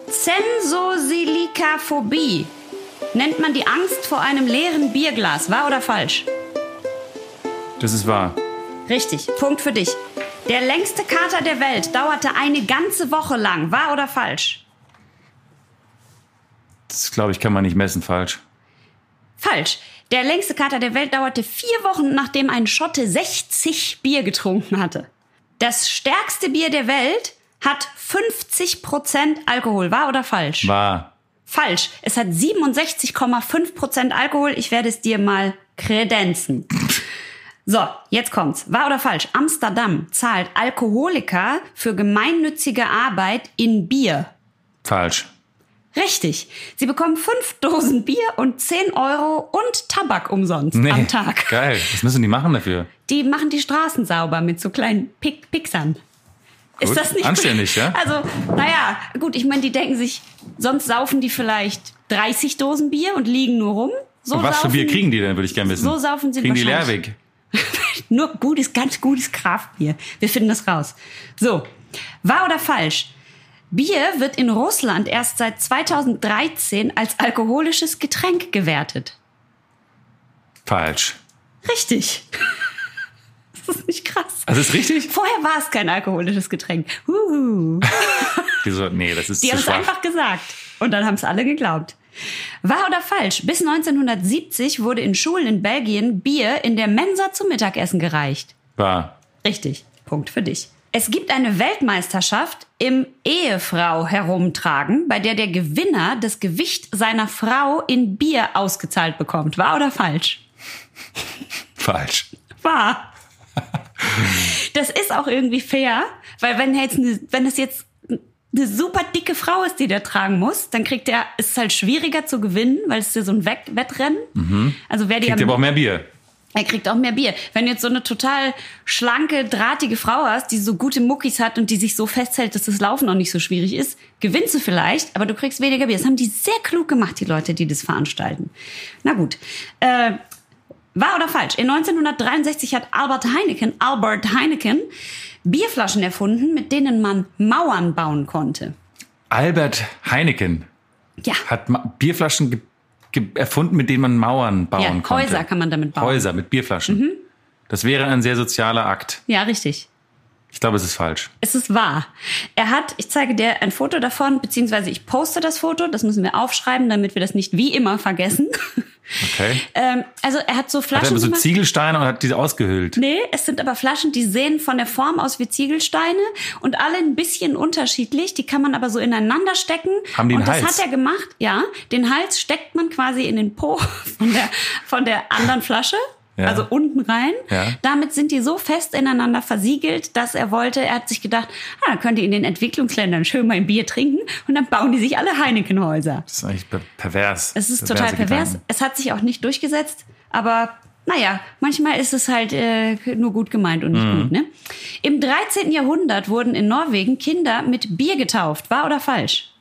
Zensosilikaphobie nennt man die Angst vor einem leeren Bierglas. Wahr oder falsch? Das ist wahr. Richtig, Punkt für dich. Der längste Kater der Welt dauerte eine ganze Woche lang. Wahr oder falsch? Das, glaube ich, kann man nicht messen. Falsch. Falsch. Der längste Kater der Welt dauerte 4 Wochen, nachdem ein Schotte 60 Bier getrunken hatte. Das stärkste Bier der Welt hat 50% Alkohol. Wahr oder falsch? Wahr. Falsch. Es hat 67,5% Alkohol. Ich werde es dir mal kredenzen. So, jetzt kommt's. Wahr oder falsch? Amsterdam zahlt Alkoholiker für gemeinnützige Arbeit in Bier. Falsch. Richtig. Sie bekommen 5 Dosen Bier und 10 € und Tabak umsonst am Tag. Geil. Was müssen die machen dafür? Die machen die Straßen sauber mit so kleinen Pixern. Gut. Ist das nicht anständig, gut? Ja? Also, naja, gut, ich meine, die denken sich, sonst saufen die vielleicht 30 Dosen Bier und liegen nur rum. So und was saufen, für Bier kriegen die denn, würde ich gerne wissen. So saufen sie kriegen die wahrscheinlich. Leerweg? Nur ganz gutes Kraftbier. Wir finden das raus. So, wahr oder falsch? Bier wird in Russland erst seit 2013 als alkoholisches Getränk gewertet. Falsch. Richtig. Das ist nicht krass. Also ist richtig? Vorher war es kein alkoholisches Getränk. Wieso? Nee, das ist Die zu haben es schwach. einfach gesagt. Und dann haben es alle geglaubt. Wahr oder falsch? Bis 1970 wurde in Schulen in Belgien Bier in der Mensa zum Mittagessen gereicht. Wahr. Richtig. Punkt für dich. Es gibt eine Weltmeisterschaft im Ehefrau herumtragen, bei der der Gewinner das Gewicht seiner Frau in Bier ausgezahlt bekommt. Wahr oder falsch? Falsch. Wahr. Das ist auch irgendwie fair, weil wenn es jetzt eine super dicke Frau ist, die der tragen muss, dann ist es halt schwieriger zu gewinnen, weil es ist ja so ein Wettrennen. Mhm. Also wer die Kriegt aber auch mehr Bier. Er kriegt auch mehr Bier. Wenn du jetzt so eine total schlanke, drahtige Frau hast, die so gute Muckis hat und die sich so festhält, dass das Laufen auch nicht so schwierig ist, gewinnst du vielleicht, aber du kriegst weniger Bier. Das haben die sehr klug gemacht, die Leute, die das veranstalten. Na gut. Wahr oder falsch? In 1963 hat Albert Heineken Bierflaschen erfunden, mit denen man Mauern bauen konnte. Albert Heineken hat Bierflaschen erfunden, mit denen man Mauern bauen konnte. Häuser kann man damit bauen. Häuser mit Bierflaschen. Mhm. Das wäre ein sehr sozialer Akt. Ja, richtig. Ich glaube, es ist falsch. Es ist wahr. Ich zeige dir ein Foto davon, beziehungsweise ich poste das Foto, das müssen wir aufschreiben, damit wir das nicht wie immer vergessen. Okay. Also er hat so Flaschen. Hat er so Ziegelsteine und hat diese ausgehöhlt? Nee, es sind aber Flaschen, die sehen von der Form aus wie Ziegelsteine und alle ein bisschen unterschiedlich. Die kann man aber so ineinander stecken. Haben die einen Hals? Und das hat er gemacht. Ja, den Hals steckt man quasi in den Po von der anderen Flasche. Ja. Also unten rein. Ja. Damit sind die so fest ineinander versiegelt, dass er hat sich gedacht, dann könnt ihr in den Entwicklungsländern schön mal ein Bier trinken und dann bauen die sich alle Heineken-Häuser. Das ist eigentlich pervers. Es ist total pervers. Es hat sich auch nicht durchgesetzt, aber naja, manchmal ist es halt nur gut gemeint und nicht gut. Ne? Im 13. Jahrhundert wurden in Norwegen Kinder mit Bier getauft. Wahr oder falsch?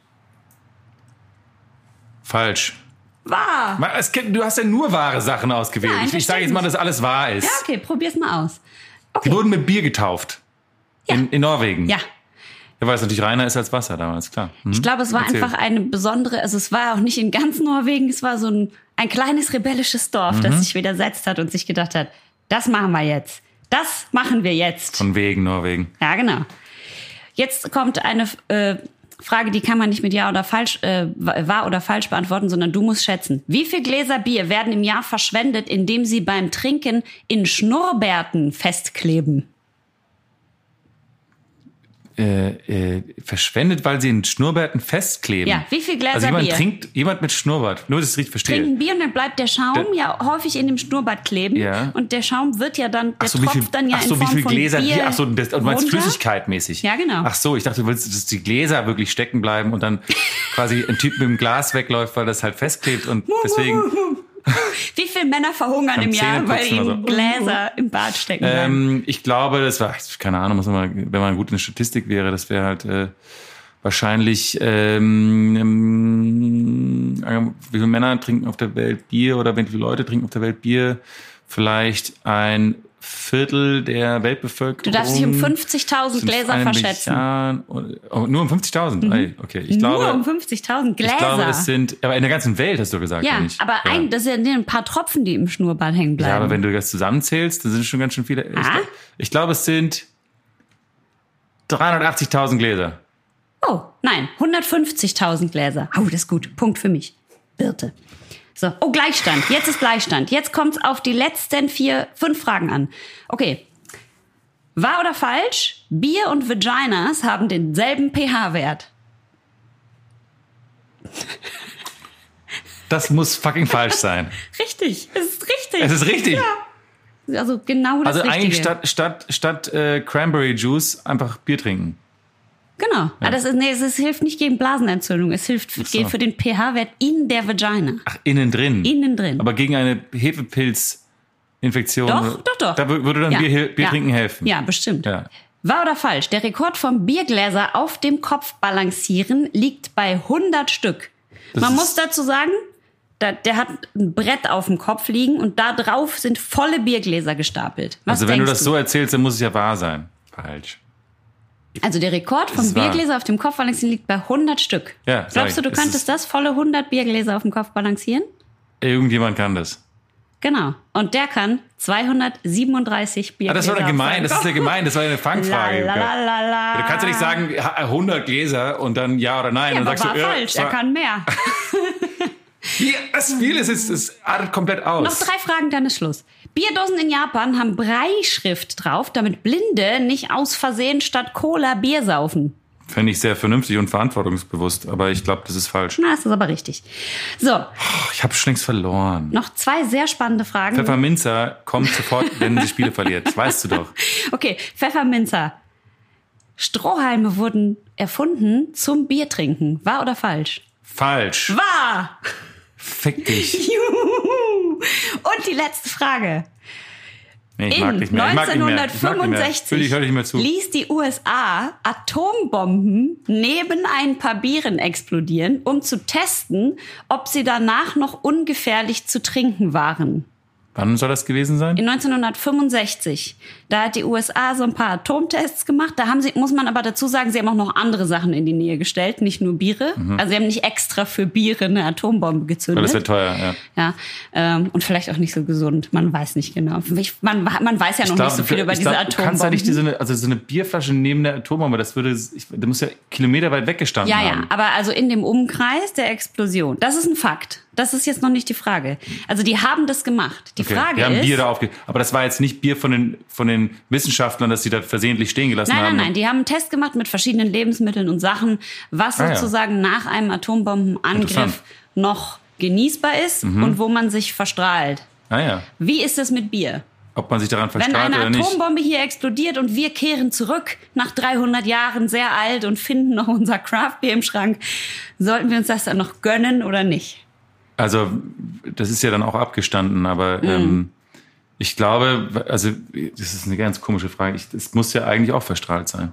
Falsch. Wahr. Du hast ja nur wahre Sachen ausgewählt. Nein, ich sage jetzt mal, dass alles wahr ist. Ja, okay, probier's mal aus. Okay. Die wurden mit Bier getauft. Ja. In Norwegen. Ja. Ja, weil es natürlich reiner ist als Wasser damals, klar. Ich glaube, es war einfach eine besondere, also es war auch nicht in ganz Norwegen, es war so ein kleines rebellisches Dorf, das sich widersetzt hat und sich gedacht hat, das machen wir jetzt. Das machen wir jetzt. Von wegen Norwegen. Ja, genau. Jetzt kommt eine Frage, die kann man nicht mit Ja oder falsch, wahr oder falsch beantworten, sondern du musst schätzen. Wie viel Gläser Bier werden im Jahr verschwendet, indem sie beim Trinken in Schnurrbärten festkleben? Verschwendet, weil sie in Schnurrbärten festkleben. Ja, wie viel Gläser Bier? Jemand mit Schnurrbart, nur dass ich es richtig verstehe. Trinken Bier und dann bleibt der Schaum häufig in dem Schnurrbart kleben. Ja. Und der Schaum wird ja dann, tropft dann ja in Form wie viel Gläser von Bier du meinst Flüssigkeitmäßig. Ja, genau. Ach so, ich dachte, du willst, dass die Gläser wirklich stecken bleiben und dann quasi ein Typ mit dem Glas wegläuft, weil das halt festklebt und deswegen... Wie viele Männer verhungern im Jahr, weil ihnen Gläser im Bad stecken bleiben? Ich glaube, das war, keine Ahnung, wenn man gut in der Statistik wäre, das wäre halt wahrscheinlich, wie viele Männer trinken auf der Welt Bier oder wie viele Leute trinken auf der Welt Bier? Vielleicht ein Viertel der Weltbevölkerung. Du darfst dich um 50.000 Gläser verschätzen. Nur um 50.000? Okay, Nur um 50.000 Gläser? Ich glaube, es sind, aber in der ganzen Welt hast du gesagt, ja, nicht? Aber das sind ja ein paar Tropfen, die im Schnurrbart hängen bleiben. Ja, aber wenn du das zusammenzählst, dann sind es schon ganz schön viele. Ich glaube, es sind 380.000 Gläser. Oh, nein, 150.000 Gläser. Oh, das ist gut. Punkt für mich. Birte. So, Gleichstand. Jetzt ist Gleichstand. Jetzt kommt es auf die letzten 5 Fragen an. Okay. Wahr oder falsch? Bier und Vaginas haben denselben pH-Wert. Das muss fucking falsch sein. Richtig. Es ist richtig. Es ist richtig. Ja. Also genau das Richtige. Also eigentlich statt Cranberry Juice einfach Bier trinken. Genau. Ja. Es hilft nicht gegen Blasenentzündung. Es hilft für den pH-Wert in der Vagina. Ach, innen drin? Innen drin. Aber gegen eine Hefepilzinfektion? Doch. Da würde dann Bier trinken helfen? Ja, bestimmt. Ja. Wahr oder falsch? Der Rekord vom Biergläser auf dem Kopf balancieren liegt bei 100 Stück. Man muss dazu sagen, der hat ein Brett auf dem Kopf liegen und da drauf sind volle Biergläser gestapelt. Was also wenn du das so erzählst, dann muss es ja wahr sein. Falsch. Also der Rekord vom Biergläser auf dem Kopf balancieren liegt bei 100 Stück. Ja, glaubst du könntest das volle 100 Biergläser auf dem Kopf balancieren? Irgendjemand kann das. Genau. Und der kann 237 Biergläser. Das war dann gemein. Das ist ja gemein. Das war eine Fangfrage. La. Du kannst ja nicht sagen 100 Gläser und dann ja oder nein. Ja, und aber sagst war falsch. Er kann mehr. Das Spiel es artet komplett aus. Noch 3 Fragen, dann ist Schluss. Bierdosen in Japan haben Breischrift drauf, damit Blinde nicht aus Versehen statt Cola Bier saufen. Fände ich sehr vernünftig und verantwortungsbewusst, aber ich glaube, das ist falsch. Na, das ist aber richtig. So. Ich habe schon längst verloren. Noch 2 sehr spannende Fragen. Pfefferminzer kommt sofort, wenn sie Spiele verliert. Das weißt du doch. Okay, Pfefferminzer. Strohhalme wurden erfunden zum Biertrinken. Wahr oder falsch? Falsch. Wahr! Fick dich. Juhu. Und die letzte Frage. Nee, ich mag nicht mehr. 1965 hör nicht mehr zu. ließ die USA Atombomben neben ein paar Bieren explodieren, um zu testen, ob sie danach noch ungefährlich zu trinken waren. Wann soll das gewesen sein? In 1965. Da hat die USA so ein paar Atomtests gemacht. Da muss man aber dazu sagen, sie haben auch noch andere Sachen in die Nähe gestellt, nicht nur Biere. Also sie haben nicht extra für Biere eine Atombombe gezündet. Weil das wäre teuer, ja. Ja, und vielleicht auch nicht so gesund. Man weiß nicht genau. Man weiß ja noch nicht so viel über diese Atombomben. Du kannst ja nicht so eine Bierflasche neben der Atombombe, da muss ja Kilometer weit weggestanden haben. Ja, aber also in dem Umkreis der Explosion. Das ist ein Fakt. Das ist jetzt noch nicht die Frage. Also die haben das gemacht. Die Frage haben ist... Bier da aber das war jetzt nicht Bier von den Wissenschaftlern, dass sie da versehentlich stehen gelassen haben. Nein. Die haben einen Test gemacht mit verschiedenen Lebensmitteln und Sachen, was sozusagen nach einem Atombombenangriff noch genießbar ist und wo man sich verstrahlt. Wie ist es mit Bier? Ob man sich daran verstrahlt oder nicht. Wenn eine Atombombe hier explodiert und wir kehren zurück nach 300 Jahren sehr alt und finden noch unser Craft-Bier im Schrank, sollten wir uns das dann noch gönnen oder nicht? Also das ist ja dann auch abgestanden, aber ich glaube, also das ist eine ganz komische Frage. Es muss ja eigentlich auch verstrahlt sein.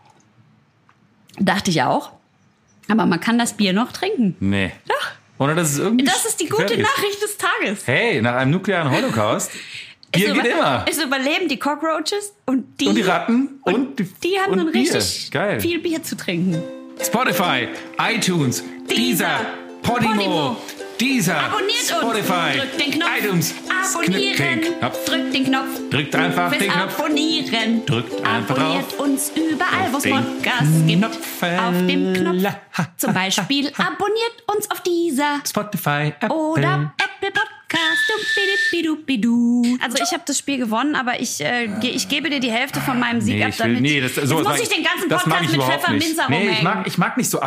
Dachte ich auch. Aber man kann das Bier noch trinken. Nee. Doch. Oder das ist irgendwie Das ist die gute Nachricht des Tages. Hey, nach einem nuklearen Holocaust, Bier geht immer. Es überleben die Cockroaches und die Ratten und die haben dann Bier. richtig Geil. viel Bier zu trinken. Spotify, iTunes, Deezer, Podimo. Deezer, abonniert Spotify, uns, drückt den Knopf, iTunes, abonnieren, drückt den Knopf, drückt einfach den Knopf, abonnieren, drückt einfach abonniert auf uns überall, wo es Podcasts gibt, auf dem Knopf, zum Beispiel abonniert uns auf Deezer, Spotify, Apple. oder Apple Podcast. Also ich habe das Spiel gewonnen, aber ich gebe dir die Hälfte von meinem Sieg ab, damit. Jetzt muss ich den ganzen Podcast mit Pfefferminzer rumhängen. Ich mag nicht so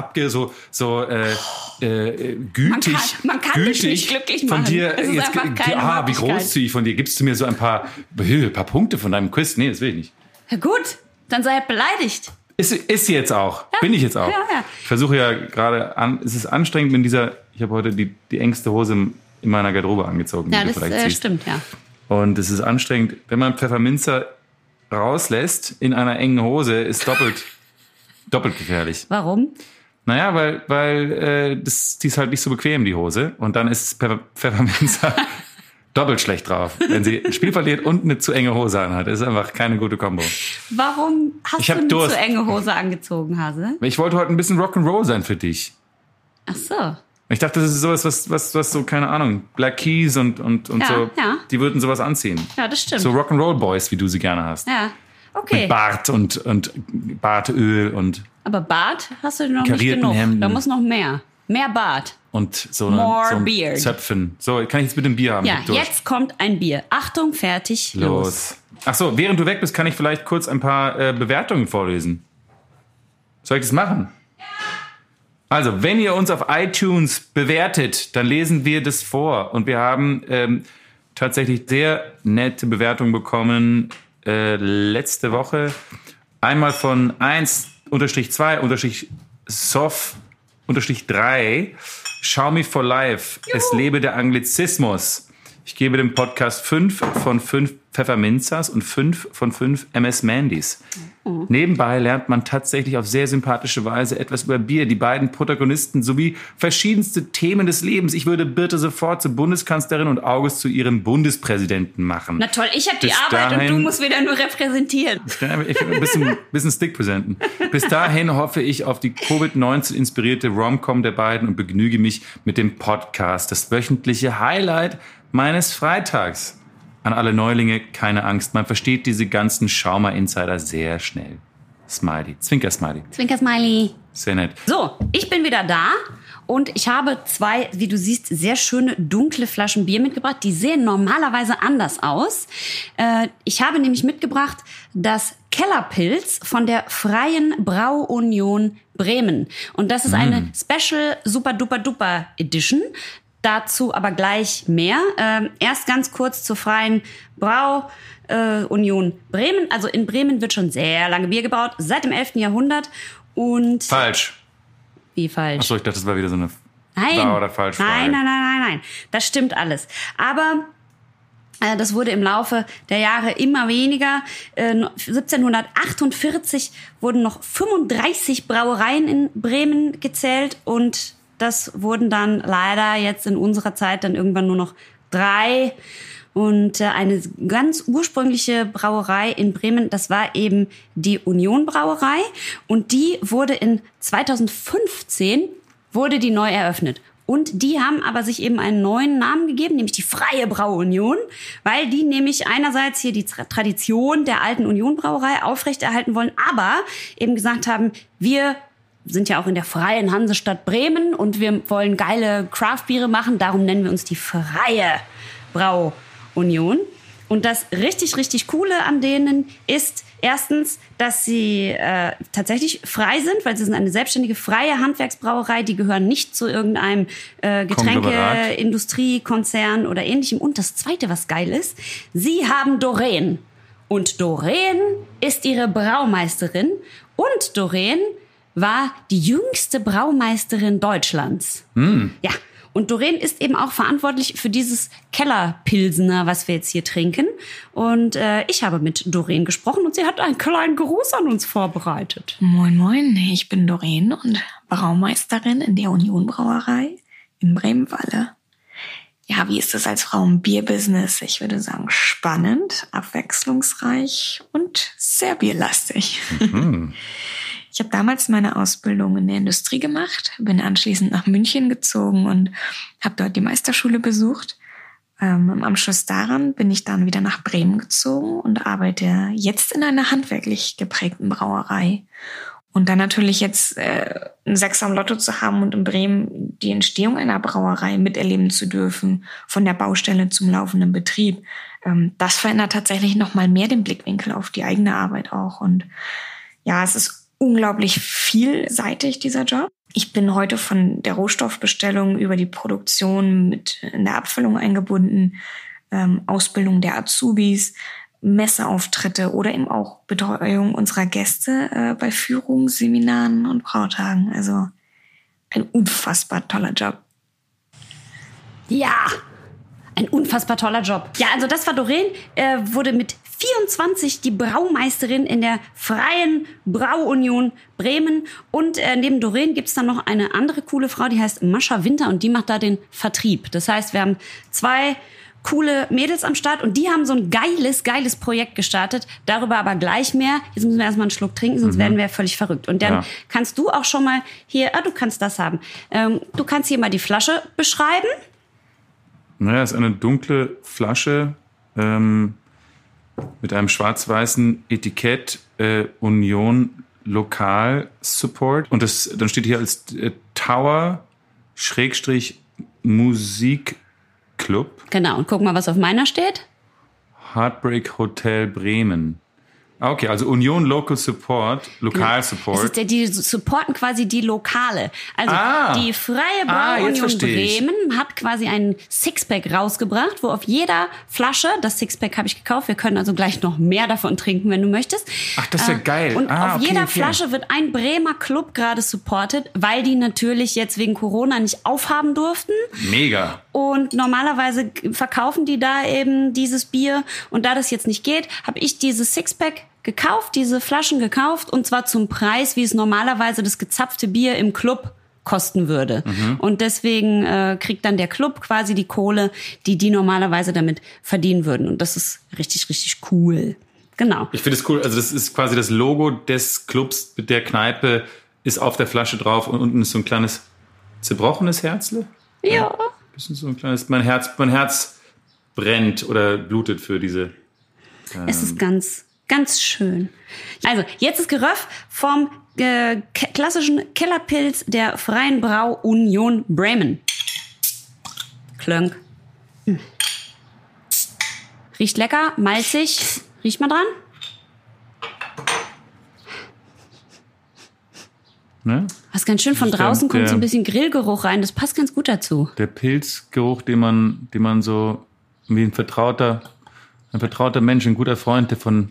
gütig. Man kann dich nicht glücklich machen. Von dir, es ist jetzt, einfach keine wie großzügig von dir. Gibst du mir so ein paar Punkte von deinem Quiz? Nee, das will ich nicht. Ja gut, dann sei beleidigt. Ist sie jetzt auch. Ja. Bin ich jetzt auch. Ja. Ich versuche ja gerade es ist anstrengend mit ich habe heute die engste Hose in meiner Garderobe angezogen. Ja, das stimmt, ja. Und es ist anstrengend, wenn man Pfefferminzer rauslässt in einer engen Hose, ist doppelt gefährlich. Warum? Naja, weil die ist halt nicht so bequem, die Hose. Und dann ist Pfefferminzer doppelt schlecht drauf, wenn sie ein Spiel verliert und eine zu enge Hose anhat. Das ist einfach keine gute Kombo. Warum hast du eine Durst. zu enge Hose angezogen, Hase? Ich wollte heute ein bisschen Rock'n'Roll sein für dich. Ach so. Ich dachte, das ist sowas, was so, keine Ahnung, Black Keys und so, die würden sowas anziehen. Ja, das stimmt. So Rock'n'Roll Boys, wie du sie gerne hast. Ja, okay. Mit Bart und Bartöl und Aber Bart hast du noch nicht karierten genug. Hemden. Da muss noch mehr. Mehr Bart. und so More ein beard. Zöpfen. So, kann ich jetzt mit dem Bier haben? Ja, jetzt kommt ein Bier. Achtung, fertig, los. Ach so, während du weg bist, kann ich vielleicht kurz ein paar Bewertungen vorlesen. Soll ich das machen? Also, wenn ihr uns auf iTunes bewertet, dann lesen wir das vor. Und wir haben tatsächlich sehr nette Bewertungen bekommen letzte Woche. Einmal von 1-2-Sof-3. Xiaomi for Life. Juhu. Es lebe der Anglizismus. Ich gebe dem Podcast 5 von 5 Pfefferminzers und 5 von 5 MS Mandys. Mhm. Nebenbei lernt man tatsächlich auf sehr sympathische Weise etwas über Bier, die beiden Protagonisten sowie verschiedenste Themen des Lebens. Ich würde Birte sofort zur Bundeskanzlerin und August zu ihrem Bundespräsidenten machen. Na toll, ich habe die Arbeit und du musst wieder nur repräsentieren. Ich will ein bisschen Stick präsenten. Bis dahin hoffe ich auf die Covid-19-inspirierte Rom-Com der beiden und begnüge mich mit dem Podcast, das wöchentliche Highlight meines Freitags. An alle Neulinge, keine Angst, man versteht diese ganzen Schauma-Insider sehr schnell. Smiley, Zwinker-Smiley. Zwinker-Smiley. Sehr nett. So, ich bin wieder da und ich habe 2, wie du siehst, sehr schöne dunkle Flaschen Bier mitgebracht. Die sehen normalerweise anders aus. Ich habe nämlich mitgebracht das Kellerpilz von der Freien Brauunion Bremen. Und das ist eine Special Super Duper Duper Edition. Dazu aber gleich mehr. Erst ganz kurz zur Freien Brauunion Bremen. Also in Bremen wird schon sehr lange Bier gebraut, seit dem 11. Jahrhundert. Und falsch. Wie falsch? Achso, ich dachte, das war wieder so eine Nein. Wahr oder falsch Frage. Nein. Das stimmt alles. Aber das wurde im Laufe der Jahre immer weniger. 1748 wurden noch 35 Brauereien in Bremen gezählt und das wurden dann leider jetzt in unserer Zeit dann irgendwann nur noch 3. Und eine ganz ursprüngliche Brauerei in Bremen, das war eben die Union Brauerei. Und die wurde in 2015 wurde die neu eröffnet. Und die haben aber sich eben einen neuen Namen gegeben, nämlich die Freie Brauunion, weil die nämlich einerseits hier die Tradition der alten Union Brauerei aufrechterhalten wollen, aber eben gesagt haben, wir sind ja auch in der freien Hansestadt Bremen und wir wollen geile Craftbiere machen. Darum nennen wir uns die Freie Brauunion. Und das richtig, richtig Coole an denen ist erstens, dass sie tatsächlich frei sind, weil sie sind eine selbstständige, freie Handwerksbrauerei. Die gehören nicht zu irgendeinem Getränkeindustrie-Konzern oder ähnlichem. Und das Zweite, was geil ist, sie haben Doreen. Und Doreen ist ihre Braumeisterin. Und Doreen war die jüngste Braumeisterin Deutschlands. Ja, und Doreen ist eben auch verantwortlich für dieses Kellerpilsener, was wir jetzt hier trinken. Und ich habe mit Doreen gesprochen und sie hat einen kleinen Gruß an uns vorbereitet. Moin, moin, ich bin Doreen und Braumeisterin in der Union Brauerei in Bremen-Walle. Ja, wie ist es als Frau im Bierbusiness? Ich würde sagen, spannend, abwechslungsreich und sehr bierlastig. Ich habe damals meine Ausbildung in der Industrie gemacht, bin anschließend nach München gezogen und habe dort die Meisterschule besucht. Im Anschluss daran bin ich dann wieder nach Bremen gezogen und arbeite jetzt in einer handwerklich geprägten Brauerei. Und dann natürlich jetzt ein 6 am Lotto zu haben und in Bremen die Entstehung einer Brauerei miterleben zu dürfen, von der Baustelle zum laufenden Betrieb, das verändert tatsächlich nochmal mehr den Blickwinkel auf die eigene Arbeit auch. Und ja, es ist unglaublich vielseitig, dieser Job. Ich bin heute von der Rohstoffbestellung über die Produktion mit in der Abfüllung eingebunden, Ausbildung der Azubis, Messeauftritte oder eben auch Betreuung unserer Gäste bei Führungen, Seminaren und Brautagen. Also ein unfassbar toller Job. Ja, ein unfassbar toller Job. Ja, also das war Doreen, wurde mit 24 die Braumeisterin in der Freien Brauunion Bremen. Und neben Doreen gibt's dann noch eine andere coole Frau, die heißt Mascha Winter und die macht da den Vertrieb. Das heißt, wir haben 2 coole Mädels am Start und die haben so ein geiles Projekt gestartet. Darüber aber gleich mehr. Jetzt müssen wir erstmal einen Schluck trinken, sonst werden wir völlig verrückt. Und dann kannst du auch schon mal hier, du kannst das haben. Du kannst hier mal die Flasche beschreiben. Naja, es ist eine dunkle Flasche mit einem schwarz-weißen Etikett Union Lokal Support. Und dann steht hier als Tower Musikclub. Genau, und guck mal, was auf meiner steht. Heartbreak Hotel Bremen. Okay, also Union Local Support, Lokalsupport. Die supporten quasi die Lokale. Also die Freie Brauunion Bremen hat quasi einen Sixpack rausgebracht, wo auf jeder Flasche, das Sixpack habe ich gekauft, wir können also gleich noch mehr davon trinken, wenn du möchtest. Ach, das ist ja geil. Und auf jeder Flasche wird ein Bremer Club gerade supported, weil die natürlich jetzt wegen Corona nicht aufhaben durften. Mega. Und normalerweise verkaufen die da eben dieses Bier. Und da das jetzt nicht geht, habe ich dieses Sixpack gekauft, diese Flaschen gekauft. Und zwar zum Preis, wie es normalerweise das gezapfte Bier im Club kosten würde. Und deswegen kriegt dann der Club quasi die Kohle, die normalerweise damit verdienen würden. Und das ist richtig, richtig cool. Genau. Ich finde es cool. Also das ist quasi das Logo des Clubs mit der Kneipe ist auf der Flasche drauf. Und unten ist so ein kleines zerbrochenes Herzle. Ja. Bisschen so ein kleines, mein Herz brennt oder blutet für diese. Es ist ganz, ganz schön. Also, jetzt ist Geröff vom klassischen Kellerpilz der Freien Brauunion Bremen. Klönk. Riecht lecker, malzig. Riecht mal dran. Ne? Was ganz schön, von draußen kommt so ein bisschen Grillgeruch rein. Das passt ganz gut dazu. Der Pilzgeruch, den man so wie ein vertrauter Mensch, ein guter Freund, der von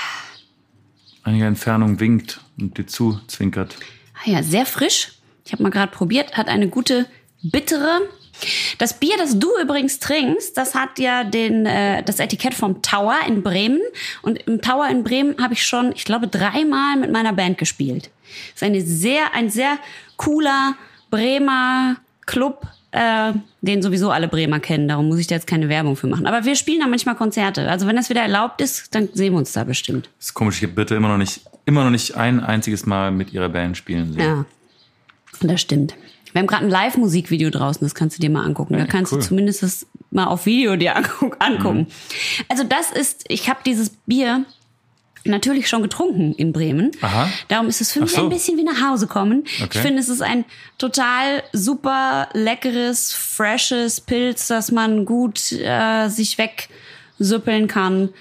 einiger Entfernung winkt und dir zuzwinkert. Ja, sehr frisch. Ich habe mal gerade probiert. Hat eine gute, bittere. Das Bier, das du übrigens trinkst, das hat ja das Etikett vom Tower in Bremen. Und im Tower in Bremen habe ich schon, ich glaube, 3-mal mit meiner Band gespielt. Das ist ein sehr cooler Bremer Club, den sowieso alle Bremer kennen. Darum muss ich da jetzt keine Werbung für machen. Aber wir spielen da manchmal Konzerte. Also wenn das wieder erlaubt ist, dann sehen wir uns da bestimmt. Das ist komisch, ich habe bitte immer noch nicht ein einziges Mal mit ihrer Band spielen sehen. Ja, das stimmt. Wir haben gerade ein Live-Musikvideo draußen, das kannst du dir mal angucken. Da kannst du zumindest das mal auf Video dir angucken. Also ich habe dieses Bier natürlich schon getrunken in Bremen. Aha. Darum ist es für mich ein bisschen wie nach Hause kommen. Okay. Ich finde, es ist ein total super leckeres, freshes Pilz, das man gut sich wegsüppeln kann.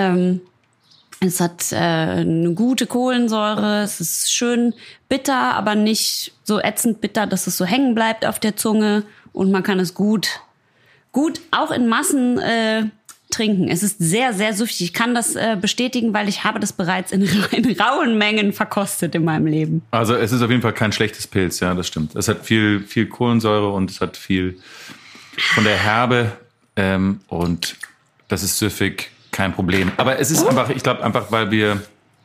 Es hat eine gute Kohlensäure, es ist schön bitter, aber nicht so ätzend bitter, dass es so hängen bleibt auf der Zunge. Und man kann es gut auch in Massen trinken. Es ist sehr, sehr süffig. Ich kann das bestätigen, weil ich habe das bereits in rauen Mengen verkostet in meinem Leben. Also es ist auf jeden Fall kein schlechtes Pilz, ja, das stimmt. Es hat viel Kohlensäure und es hat viel von der Herbe und das ist süffig. Kein Problem. Aber es ist einfach, ich glaube einfach, weil wir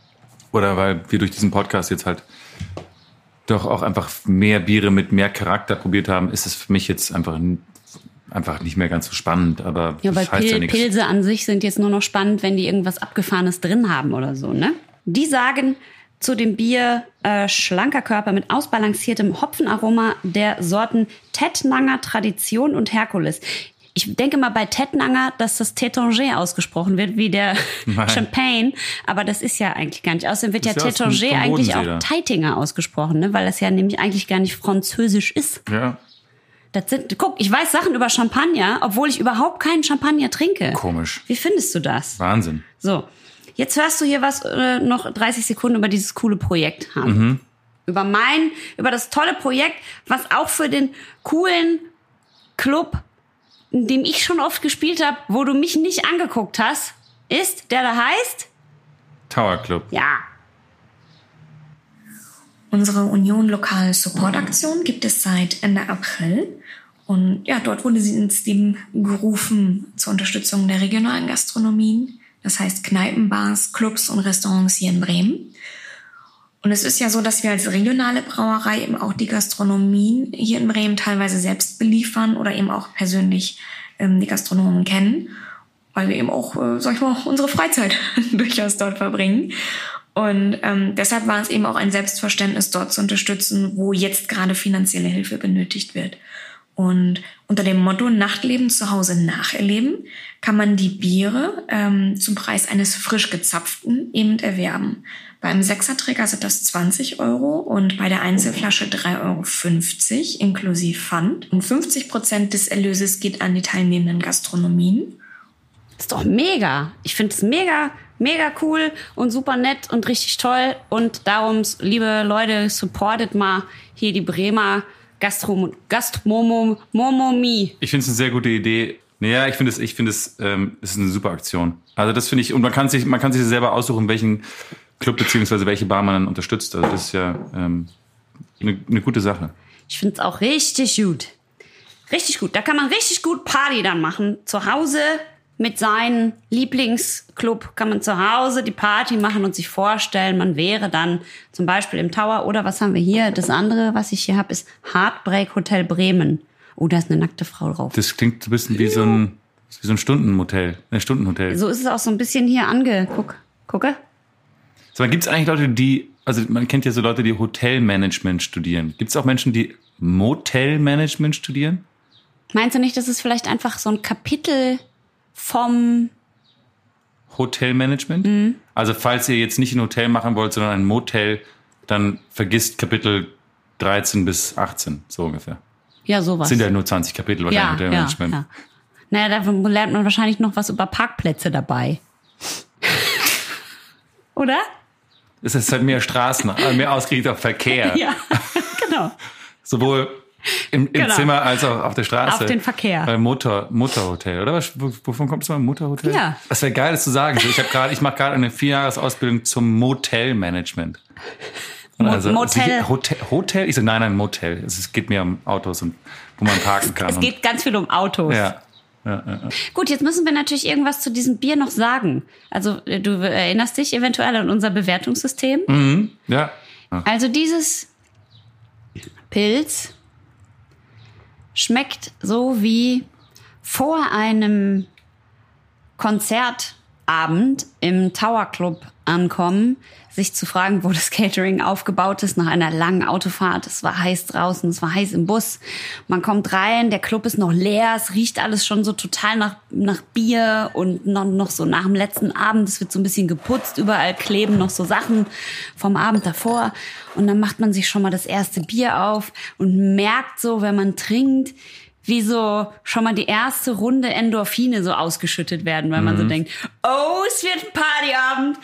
durch diesen Podcast jetzt halt doch auch einfach mehr Biere mit mehr Charakter probiert haben, ist es für mich jetzt einfach nicht mehr ganz so spannend. Aber ja, weil das heißt ja nichts. Pilze an sich sind jetzt nur noch spannend, wenn die irgendwas Abgefahrenes drin haben oder so, ne? Die sagen zu dem Bier schlanker Körper mit ausbalanciertem Hopfenaroma der Sorten Tettnanger Tradition und Herkules. Ich denke mal bei Tettnanger, dass das Tétanger ausgesprochen wird, wie der Champagne. Aber das ist ja eigentlich gar nicht. Außerdem wird ja Tétanger eigentlich auch Teitinger ausgesprochen, ne? Weil das ja nämlich eigentlich gar nicht französisch ist. Ja. Guck, ich weiß Sachen über Champagner, obwohl ich überhaupt keinen Champagner trinke. Komisch. Wie findest du das? Wahnsinn. So, jetzt hörst du hier was noch 30 Sekunden über dieses coole Projekt haben. Über das tolle Projekt, was auch für den coolen Club, in dem ich schon oft gespielt habe, wo du mich nicht angeguckt hast, ist, der da heißt? Tower Club. Ja. Unsere Union Lokal Support Aktion gibt es seit Ende April. Und ja, dort wurde sie ins Leben gerufen zur Unterstützung der regionalen Gastronomien. Das heißt Kneipen, Bars, Clubs und Restaurants hier in Bremen. Und es ist ja so, dass wir als regionale Brauerei eben auch die Gastronomien hier in Bremen teilweise selbst beliefern oder eben auch persönlich die Gastronomen kennen, weil wir eben auch, sag ich mal, unsere Freizeit durchaus dort verbringen. Und deshalb war es eben auch ein Selbstverständnis, dort zu unterstützen, wo jetzt gerade finanzielle Hilfe benötigt wird. Und unter dem Motto Nachtleben zu Hause nacherleben kann man die Biere zum Preis eines frisch gezapften eben erwerben. Beim Sechserträger sind das 20 € und bei der Einzelflasche 3,50 € inklusive Pfand. Und 50% des Erlöses geht an die teilnehmenden Gastronomien. Das ist doch mega. Ich finde es mega, mega cool und super nett und richtig toll. Und darum, liebe Leute, supportet mal hier die Bremer Gastronomie. Ich finde es eine sehr gute Idee. Naja, ich finde es ist eine super Aktion. Also das finde ich, und man kann sich selber aussuchen, welchen Club beziehungsweise welche Bar man dann unterstützt. Also das ist ja eine gute Sache. Ich finde es auch richtig gut. Richtig gut. Da kann man richtig gut Party dann machen. Zu Hause mit seinem Lieblingsclub kann man zu Hause die Party machen und sich vorstellen, man wäre dann zum Beispiel im Tower oder was haben wir hier? Das andere, was ich hier habe, ist Heartbreak Hotel Bremen. Oh, da ist eine nackte Frau drauf. Das klingt ein bisschen wie so ein Stundenhotel. So ist es auch so ein bisschen hier Gucke. So, gibt es eigentlich Leute, also man kennt ja so Leute, die Hotelmanagement studieren. Gibt es auch Menschen, die Motelmanagement studieren? Meinst du nicht, das ist vielleicht einfach so ein Kapitel vom Hotelmanagement? Mhm. Also falls ihr jetzt nicht ein Hotel machen wollt, sondern ein Motel, dann vergisst Kapitel 13 bis 18, so ungefähr. Ja, sowas. Sind ja nur 20 Kapitel wahrscheinlich Hotelmanagement. Ja. Naja, da lernt man wahrscheinlich noch was über Parkplätze dabei. Oder? Es ist halt mehr Straßen, mehr ausgerichtet auf Verkehr. Ja, genau. Sowohl im Zimmer als auch auf der Straße. Auf den Verkehr. Mutterhotel, oder? Wovon kommt es mal? Mutterhotel? Ja. Das wäre geil, das zu sagen. Ich mache gerade eine 4-Jahres-Ausbildung zum Motelmanagement. Also, Motel. Hotel? Ich so, nein, Motel. Es geht mir um Autos und wo man parken kann. Es geht ganz viel um Autos. Ja. Gut, jetzt müssen wir natürlich irgendwas zu diesem Bier noch sagen. Also du erinnerst dich eventuell an unser Bewertungssystem. Mhm. Ja. Also dieses Pilz schmeckt so wie vor einem Konzertabend im Tower Club ankommen, sich zu fragen, wo das Catering aufgebaut ist nach einer langen Autofahrt. Es war heiß draußen, es war heiß im Bus. Man kommt rein, der Club ist noch leer, es riecht alles schon so total nach Bier und noch so nach dem letzten Abend. Es wird so ein bisschen geputzt, überall kleben noch so Sachen vom Abend davor. Und dann macht man sich schon mal das erste Bier auf und merkt so, wenn man trinkt, wie so schon mal die erste Runde Endorphine so ausgeschüttet werden, weil man so denkt, oh, es wird ein Partyabend.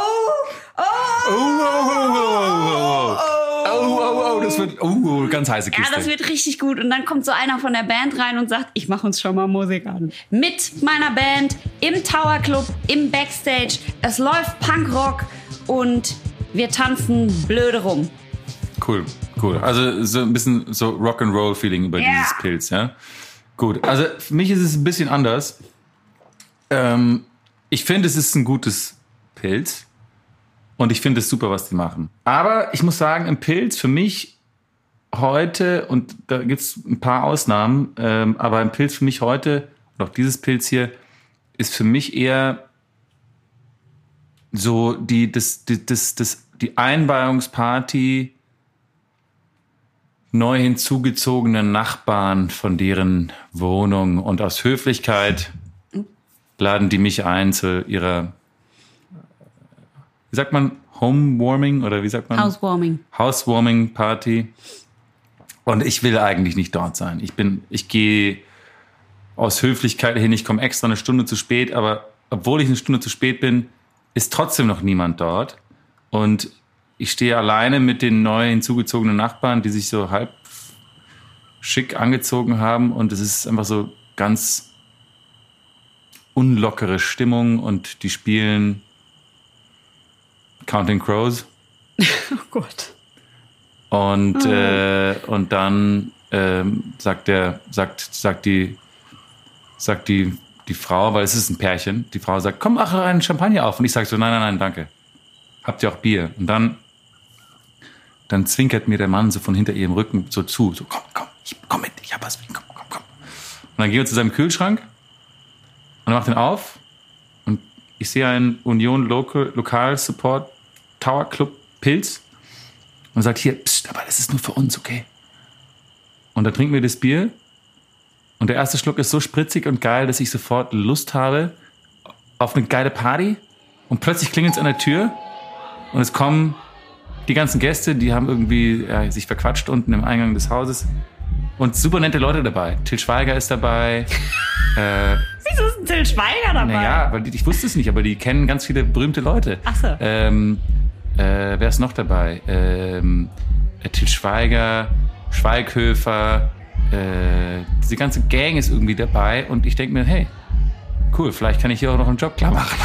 Das wird ganz heiße Kiste. Ja, das wird richtig gut. Und dann kommt so einer von der Band rein und sagt, ich mache uns schon mal Musik an. Mit meiner Band im Tower Club, im Backstage. Es läuft Punkrock und wir tanzen blöde rum. Cool. Also so ein bisschen so Rock'n'Roll-Feeling über dieses Pilz, ja? Gut, also für mich ist es ein bisschen anders. Ich finde, es ist ein gutes Pilz und ich finde es super, was die machen. Aber ich muss sagen, ein Pilz für mich heute, und da gibt es ein paar Ausnahmen, aber ein Pilz für mich heute, und auch dieses Pilz hier, ist für mich eher so die Einweihungsparty neu hinzugezogenen Nachbarn von deren Wohnung, und aus Höflichkeit laden die mich ein zu ihrer, wie sagt man, Homewarming oder wie sagt man? Housewarming Party. Und ich will eigentlich nicht dort sein. Ich gehe aus Höflichkeit hin, ich komme extra eine Stunde zu spät, aber obwohl ich eine Stunde zu spät bin, ist trotzdem noch niemand dort. Und ich stehe alleine mit den neu hinzugezogenen Nachbarn, die sich so halb schick angezogen haben. Und es ist einfach so ganz unlockere Stimmung. Und die spielen Counting Crows. Oh Gott. Und dann sagt die Frau, weil es ist ein Pärchen, die Frau sagt, komm, mach einen Champagner auf. Und ich sage so, nein, danke. Habt ihr auch Bier? Und dann zwinkert mir der Mann so von hinter ihrem Rücken so zu. So, komm, komm mit, ich hab was. Komm. dann gehen wir zu seinem Kühlschrank und er macht den auf und ich sehe einen Union Lokal Support Tower Club Pilz und sagt, hier, pst, aber das ist nur für uns, okay? Und dann trinken wir das Bier und der erste Schluck ist so spritzig und geil, dass ich sofort Lust habe auf eine geile Party und plötzlich klingelt es an der Tür und es kommen die ganzen Gäste, die haben irgendwie sich verquatscht unten im Eingang des Hauses und super nette Leute dabei. Til Schweiger ist dabei. Wieso ist ein Til Schweiger dabei? Naja, weil ich wusste es nicht, aber die kennen ganz viele berühmte Leute. Ach so. Wer ist noch dabei? Til Schweiger, Schweighöfer, diese ganze Gang ist irgendwie dabei und ich denke mir, hey, cool, vielleicht kann ich hier auch noch einen Job klar machen.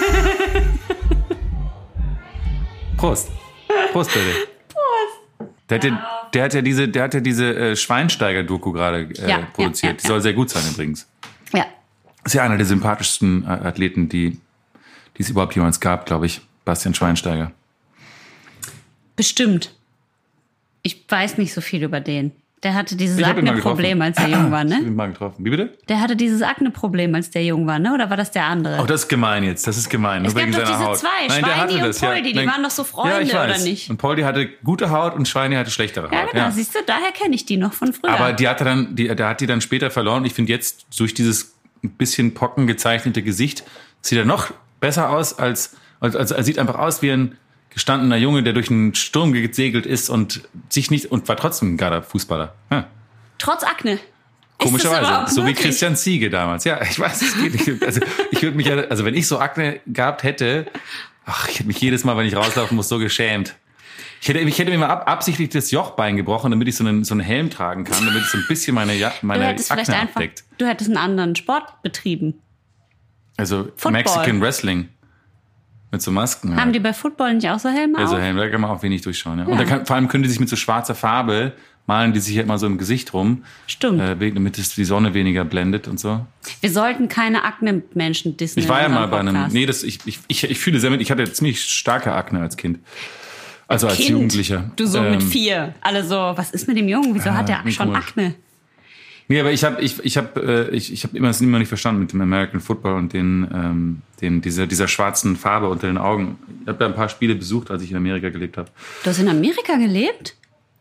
Prost. Prost, bitte. Prost. Der hat ja diese Schweinsteiger-Doku gerade produziert. Die soll sehr gut sein übrigens. Ja. Ist ja einer der sympathischsten Athleten, die es überhaupt jemals gab, glaube ich. Bastian Schweinsteiger. Bestimmt. Ich weiß nicht so viel über den. Der hatte dieses Akne-Problem, als er jung war, ne? Ich hab ihn mal getroffen. Wie bitte? Der hatte dieses Akne-Problem, als der jung war, ne? Oder war das der andere? Oh, das ist gemein jetzt. Das ist gemein. Es Nur gab wegen doch seiner diese Haut. zwei, Nein, der hatte Schweini und das, ja. Poldi, die waren doch so Freunde, ja, ich weiß. oder nicht? Und Poldi hatte gute Haut und Schweini hatte schlechtere Haut. Ja, genau. Siehst du, daher kenne ich die noch von früher. Aber der hat die dann später verloren. Ich finde jetzt durch dieses ein bisschen pocken gezeichnete Gesicht sieht er noch besser aus als er sieht einfach aus wie ein gestandener Junge, der durch einen Sturm gesegelt ist und war trotzdem ein geiler Fußballer. Ja. Trotz Akne. Komischerweise. So wie Christian Ziege damals. Ja, ich weiß, es geht nicht. Also ich würde mich wenn ich so Akne gehabt hätte, ich hätte mich jedes Mal, wenn ich rauslaufen muss, so geschämt. Ich hätte mir mal absichtlich das Jochbein gebrochen, damit ich so einen Helm tragen kann, damit es so ein bisschen meine Akne abdeckt. Du hättest einen anderen Sport betrieben. Also Football. Mexican Wrestling. Mit so Masken. Haben die bei Football nicht auch so Helme Also auf? Helm, da kann man auch wenig durchschauen. Ja. Und vor allem können die sich mit so schwarzer Farbe malen die sich ja immer so im Gesicht rum. Stimmt. Damit es die Sonne weniger blendet und so. Wir sollten keine Akne-Menschen dissen. Ich war ja mal bei einem... Nee, ich fühle sehr mit. Ich hatte ziemlich starke Akne als Kind. Also als Jugendlicher. Du so mit 4. Alle so, was ist mit dem Jungen? Wieso hat der schon komisch. Akne? Nee, aber ich hab immer das immer nicht verstanden mit dem American Football und dieser schwarzen Farbe unter den Augen. Ich habe da ein paar Spiele besucht, als ich in Amerika gelebt habe. Du hast in Amerika gelebt?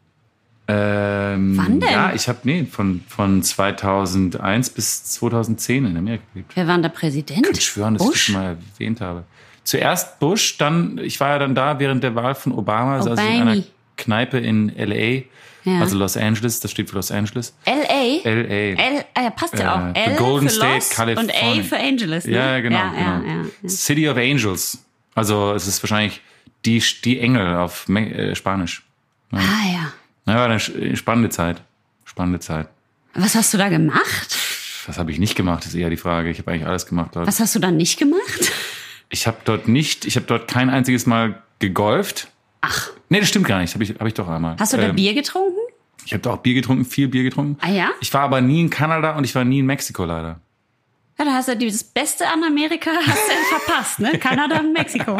Wann denn? Ja, ich habe von 2001 bis 2010 in Amerika gelebt. Wer war denn der Präsident? Ich kann schwören, dass ich das schon mal erwähnt habe. Zuerst Bush, ich war ja dann da während der Wahl von Obama, saß ich in einer Kneipe in L.A., also Los Angeles, das steht für Los Angeles. L.A.? L.A. Ja, passt ja auch. The L Golden für State, Los California. Und A für Angeles, ne? Ja, genau. Ja. City of Angels. Also es ist wahrscheinlich die Engel auf Spanisch. Ja. Ah, ja. Ja, war eine spannende Zeit. Was hast du da gemacht? Was habe ich nicht gemacht, ist eher die Frage. Ich habe eigentlich alles gemacht dort. Was hast du da nicht gemacht? Ich habe dort kein einziges Mal gegolft. Ach. Nee, das stimmt gar nicht. Hab ich doch einmal. Hast du da Bier getrunken? Ich habe da auch Bier getrunken, viel Bier getrunken. Ah ja? Ich war aber nie in Kanada und ich war nie in Mexiko leider. Ja, da hast du das Beste an Amerika verpasst, ne? Kanada und Mexiko.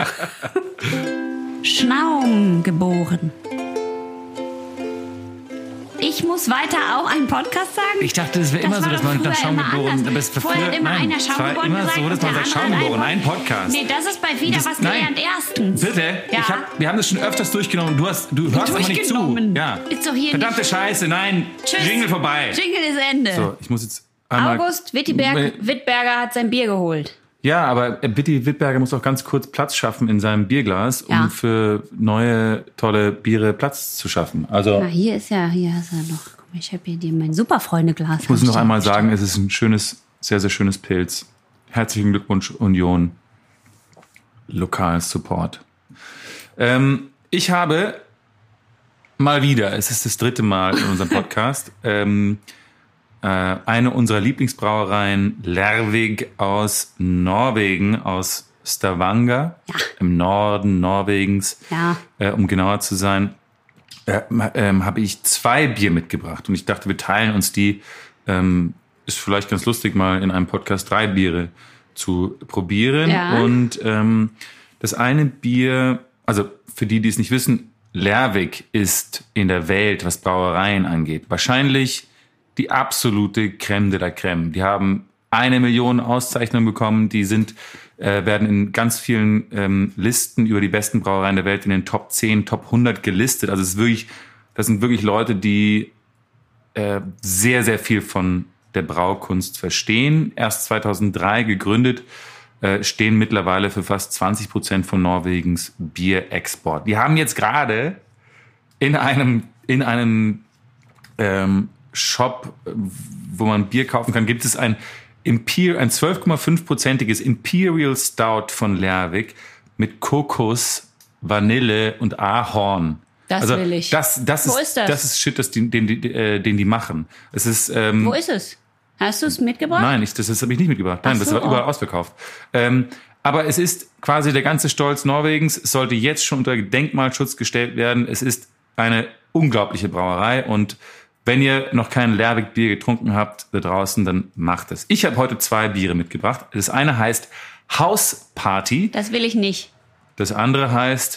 Schnaum geboren. Ich muss weiter auch einen Podcast sagen? Ich dachte, es wäre immer so, dass man nach Schaum geboren... Vorher hat immer einer Schaum geboren immer so, dass man sagt, Schaum geboren, ein Podcast. Nee, das ist bei Wieder was gelernt erstens. Bitte? Ja. Wir haben das schon öfters durchgenommen. Du hörst aber nicht zu. Ja. Ist doch hier Verdammte nicht. Scheiße, nein. Tschüss. Jingle vorbei. Jingle ist Ende. So, ich muss jetzt einmal... August Wittberger hat sein Bier geholt. Ja, aber Witti Wittberger muss auch ganz kurz Platz schaffen in seinem Bierglas, um für neue, tolle Biere Platz zu schaffen. Also Hier ist er noch. Guck mal, ich habe hier dir mein Superfreunde-Glas. Ich muss noch einmal sagen, es ist ein schönes, sehr, sehr schönes Pilz. Herzlichen Glückwunsch, Union. Lokal Support. Ich habe mal wieder, es ist das 3. Mal in unserem Podcast, eine unserer Lieblingsbrauereien, Lervig aus Norwegen, aus Stavanger, im Norden Norwegens, um genauer zu sein, habe ich 2 Bier mitgebracht. Und ich dachte, wir teilen uns die. Ist vielleicht ganz lustig, mal in einem Podcast 3 Biere zu probieren. Ja. Und das eine Bier, also für die es nicht wissen, Lervig ist in der Welt, was Brauereien angeht, wahrscheinlich die absolute Crème de la Crème. Die haben 1 Million Auszeichnungen bekommen. Die werden in ganz vielen Listen über die besten Brauereien der Welt in den Top 10, Top 100 gelistet. Also das sind wirklich Leute, die sehr, sehr viel von der Braukunst verstehen. Erst 2003 gegründet, stehen mittlerweile für fast 20% von Norwegens Bierexport. Die haben jetzt gerade in einem Shop, wo man Bier kaufen kann, gibt es ein 12,5%iges Imperial Stout von Lervig mit Kokos, Vanille und Ahorn. Das will ich. Wo ist das? Das ist Shit, den die machen. Es ist, wo ist es? Hast du es mitgebracht? Nein, das habe ich nicht mitgebracht. Nein, das war überall ausverkauft. Aber es ist quasi der ganze Stolz Norwegens. Es sollte jetzt schon unter Denkmalschutz gestellt werden. Es ist eine unglaubliche Brauerei und wenn ihr noch kein Lervig-Bier getrunken habt da draußen, dann macht es. Ich habe heute 2 Biere mitgebracht. Das eine heißt House Party. Das will ich nicht. Das andere heißt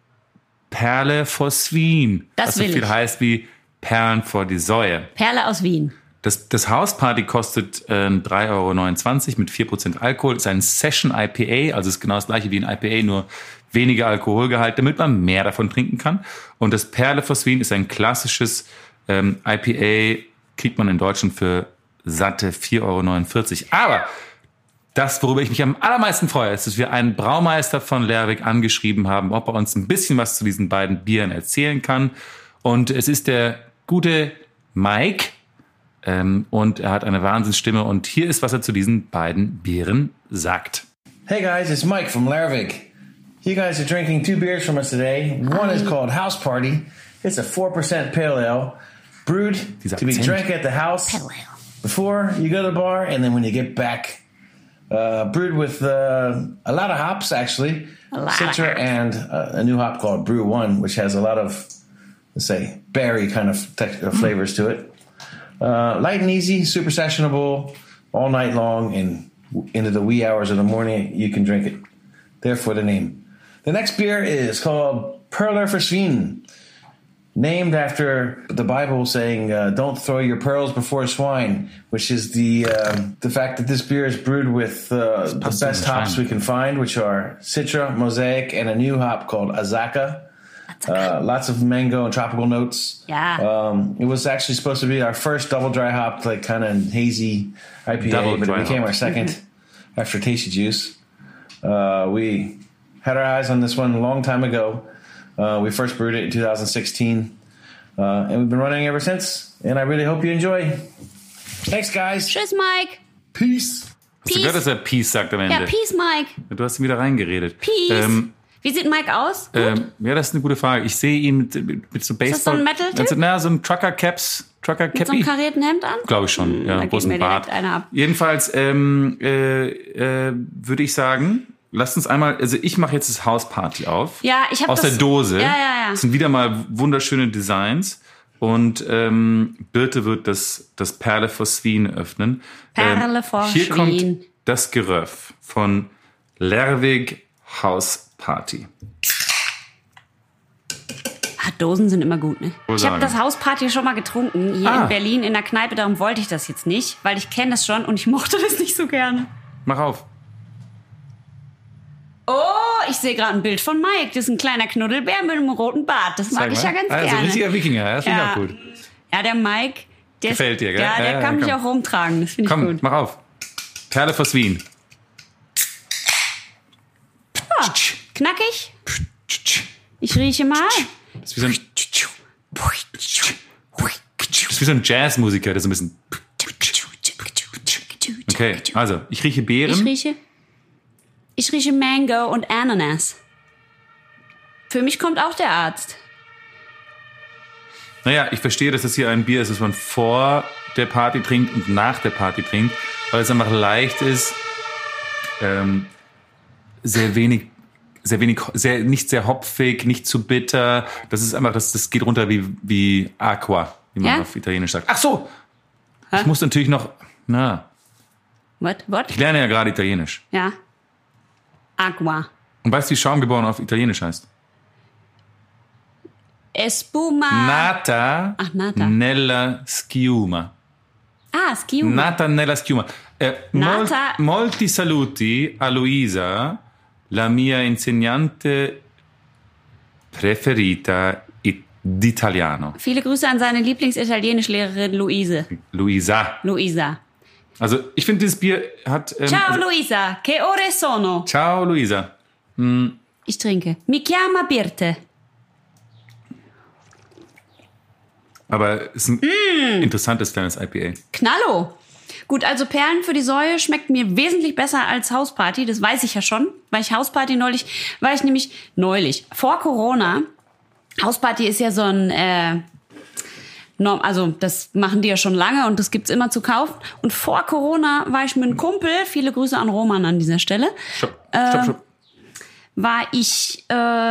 Perle vor Svin. Das will so viel ich. heißt wie Perlen vor die Säue. Perle aus Wien. Das House Party kostet 3,29 € mit 4% Alkohol. Ist ein Session IPA, also ist genau das gleiche wie ein IPA, nur weniger Alkoholgehalt, damit man mehr davon trinken kann. Und das Perle vor Svin ist ein klassisches IPA, kriegt man in Deutschland für satte 4,49 €. Aber das, worüber ich mich am allermeisten freue, ist, dass wir einen Braumeister von Lervig angeschrieben haben, ob er uns ein bisschen was zu diesen beiden Bieren erzählen kann. Und es ist der gute Mike. Und er hat eine Wahnsinnsstimme. Und hier ist, was er zu diesen beiden Bieren sagt. Hey guys, it's Mike from Lervig. You guys are drinking 2 beers from us today. One is called House Party. It's a 4% pale ale, brewed to be drank at the house before you go to the bar, and then when you get back. Brewed with a lot of hops, actually. Citra and a new hop called Brew One, which has a lot of, let's say, berry kind of flavors to it. Light and easy, super sessionable, all night long, and into the wee hours of the morning, you can drink it. Therefore, the name. The next beer is called Perler for Svin, named after the Bible saying, don't throw your pearls before swine, which is the fact that this beer is brewed with the best hops we can find, which are Citra, Mosaic, and a new hop called Azaka. Lots of mango and tropical notes. Yeah. It was actually supposed to be our first double dry hop, like kind of hazy IPA, but it became our second after Tasty Juice. We had our eyes on this one a long time ago. We first brewed it in 2016, and we've been running ever since, and I really hope you enjoy. Thanks, guys. Tschüss, Mike. Peace. Hast du gehört, dass er Peace sagt am Ende? Ja, Peace, Mike. Du hast ihn wieder reingeredet. Peace. Wie sieht Mike aus? Ja, das ist eine gute Frage. Ich sehe ihn mit so Baseball... Ist das so ein Metal-Typ? So ein Trucker-Cappy. Mit so einem karierten Hemd an? Glaube ich schon, ja. Da geht Großen mir Bart. direkt einer ab. Jedenfalls würde ich sagen, lasst uns einmal... Also ich mache jetzt das House Party auf. Ja, ich habe aus der Dose. Ja. Das sind wieder mal wunderschöne Designs. Und Birte wird das Perle vor Svin öffnen. Perle vor Hier Svin. kommt das Geröff von Lervig House Party. Dosen sind immer gut, ne? Wohl Ich habe sagen. das Hausparty schon mal getrunken, hier in Berlin in der Kneipe, darum wollte ich das jetzt nicht, weil ich kenne das schon und ich mochte das nicht so gerne. Mach auf. Oh, ich sehe gerade ein Bild von Mike. Das ist ein kleiner Knuddelbär mit einem roten Bart. Das mag ich ja ganz also, gerne. Also richtiger Wikinger, das finde ich auch gut. Ja, der Mike, der Gefällt dir, gell? Ja, der kann mich komm. auch rumtragen. Das finde ich Komm, gut. mach auf. Perle vor Svin. Ja, knackig. Ich rieche mal. Das ist wie so ein Jazzmusiker, der so ein bisschen... Okay, also, ich rieche Beeren. Ich rieche Mango und Ananas. Für mich kommt auch der Arzt. Naja, ich verstehe, dass das hier ein Bier ist, das man vor der Party trinkt und nach der Party trinkt, weil es einfach leicht ist, nicht sehr hopfig, nicht zu bitter. Das ist einfach, das geht runter wie Aqua, wie man auf Italienisch sagt. Ach so! Ich muss natürlich noch, What? ich lerne ja gerade Italienisch. Ja. Aqua. Und weißt du, wie Schaumgeboren auf Italienisch heißt? Espuma. Nata, Ach, nata. nella schiuma. Schiuma. Nata nella schiuma. Nata- Molti saluti a Luisa, la mia insegnante preferita d'italiano. Viele Grüße an seine Lieblingsitalienischlehrerin Luisa. Luisa. Also ich finde, dieses Bier hat... Ciao Luisa, che ore sono? Ciao Luisa. Ich trinke. Mi chiama Birte. Aber es ist ein interessantes kleines IPA. Knallo. Gut, also Perlen für die Säue schmeckt mir wesentlich besser als Hausparty. Das weiß ich ja schon, weil ich Hausparty neulich, vor Corona, Hausparty ist ja so ein, also das machen die ja schon lange und das gibt's immer zu kaufen. Und vor Corona war ich mit einem Kumpel, viele Grüße an Roman an dieser Stelle, Stopp. war ich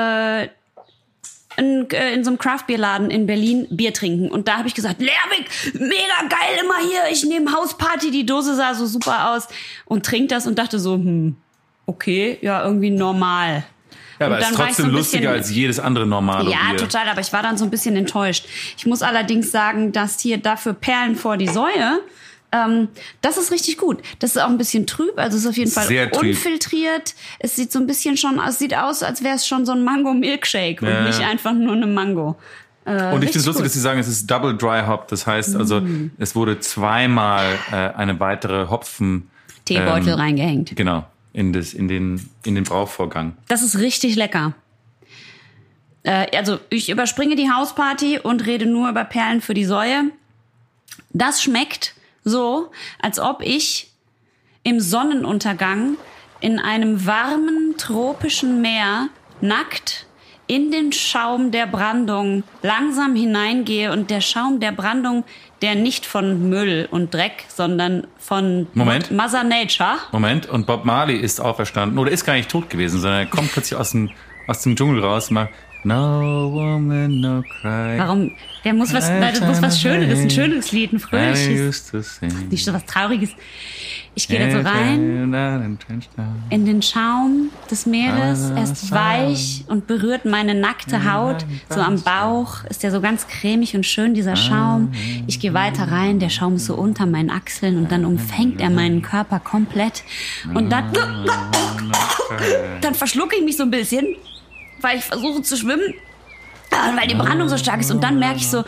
in so einem Craft-Bier-Laden in Berlin Bier trinken. Und da habe ich gesagt, Lerwick, mega geil, immer hier, ich nehme Hausparty, die Dose sah so super aus und trink das und dachte so, okay, ja, irgendwie normal. Ja, aber und es ist trotzdem so lustiger als jedes andere normale Bier. Ja, total, aber ich war dann so ein bisschen enttäuscht. Ich muss allerdings sagen, dass hier dafür Perlen vor die Säue, das ist richtig gut. Das ist auch ein bisschen trüb, also es ist auf jeden Fall sehr trüb. Unfiltriert. Es sieht so ein bisschen es sieht aus, als wäre es schon so ein Mango-Milkshake und nicht einfach nur eine Mango. Und ich finde es lustig, dass Sie sagen, es ist Double Dry Hop. Das heißt also, es wurde zweimal eine weitere Hopfen... Teebeutel reingehängt. Genau, in den Brauvorgang. Das ist richtig lecker. Also ich überspringe die Hausparty und rede nur über Perlen für die Säue. Das schmeckt so, als ob ich im Sonnenuntergang in einem warmen, tropischen Meer nackt in den Schaum der Brandung langsam hineingehe und der Schaum der Brandung, der nicht von Müll und Dreck, sondern von Mother Nature. Moment, und Bob Marley ist auferstanden oder ist gar nicht tot gewesen, sondern er kommt plötzlich aus dem Dschungel raus und macht No woman, no cry. Warum? Das muss was Schönes, das ist ein schönes Lied, ein fröhliches. Nicht so was Trauriges. Ich gehe da so rein in den Schaum des Meeres. Er ist weich und berührt meine nackte Haut. So am Bauch ist der so ganz cremig und schön, dieser Schaum. Ich gehe weiter rein, der Schaum ist so unter meinen Achseln und dann umfängt er meinen Körper komplett. Und dann verschlucke ich mich so ein bisschen, weil ich versuche zu schwimmen, weil die Brandung so stark ist. Und dann merke ich so,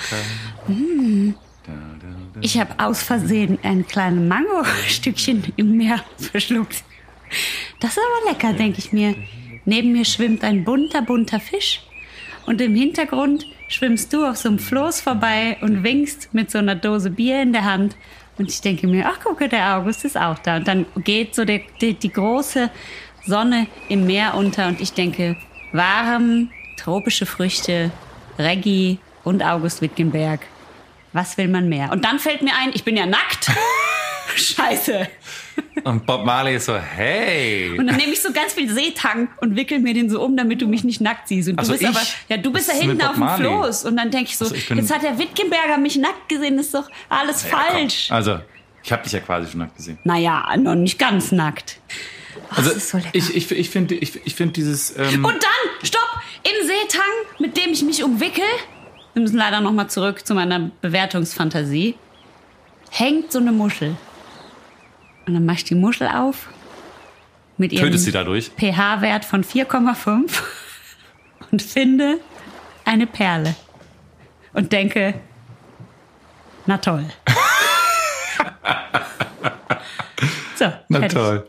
ich habe aus Versehen ein kleines Mango-Stückchen im Meer verschluckt. Das ist aber lecker, denke ich mir. Neben mir schwimmt ein bunter Fisch. Und im Hintergrund schwimmst du auf so einem Floß vorbei und winkst mit so einer Dose Bier in der Hand. Und ich denke mir, ach gucke, der August ist auch da. Und dann geht so die große Sonne im Meer unter und ich denke, warm, tropische Früchte, Reggae und August Wittgenberg. Was will man mehr? Und dann fällt mir ein, ich bin ja nackt. Scheiße. Und Bob Marley ist so, hey. Und dann nehme ich so ganz viel Seetang und wickel mir den so um, damit du mich nicht nackt siehst. Und du bist da hinten auf dem Floß. Und dann denke ich so, jetzt hat der Wittgenberger mich nackt gesehen, ist doch alles falsch. Komm. Also, ich habe dich ja quasi schon nackt gesehen. Naja, noch nicht ganz nackt. Oh, also das ist so lecker. Ich finde dieses... Und dann, stopp, im Seetang, mit dem ich mich umwickel, wir müssen leider noch mal zurück zu meiner Bewertungsfantasie, hängt so eine Muschel. Und dann mach ich die Muschel auf mit ihrem Tötest sie dadurch? pH-Wert von 4,5 und finde eine Perle. Und denke, na toll. So, na fertig. toll.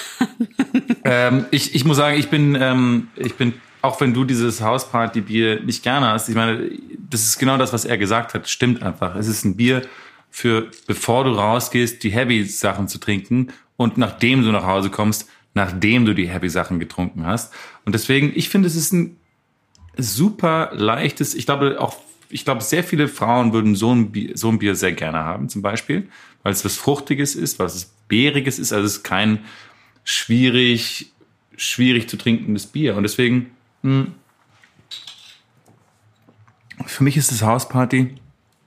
Ich muss sagen, ich bin, auch wenn du dieses Hausparty-Bier nicht gerne hast, ich meine, das ist genau das, was er gesagt hat, stimmt einfach. Es ist ein Bier für, bevor du rausgehst, die Heavy-Sachen zu trinken und nachdem du nach Hause kommst, nachdem du die Heavy-Sachen getrunken hast. Und deswegen, ich finde, es ist ein super leichtes, ich glaube, sehr viele Frauen würden so ein Bier sehr gerne haben, zum Beispiel, weil es was Fruchtiges ist, weil es Beeriges ist, also es ist kein schwierig zu trinkendes Bier. Und deswegen, für mich ist das Hausparty.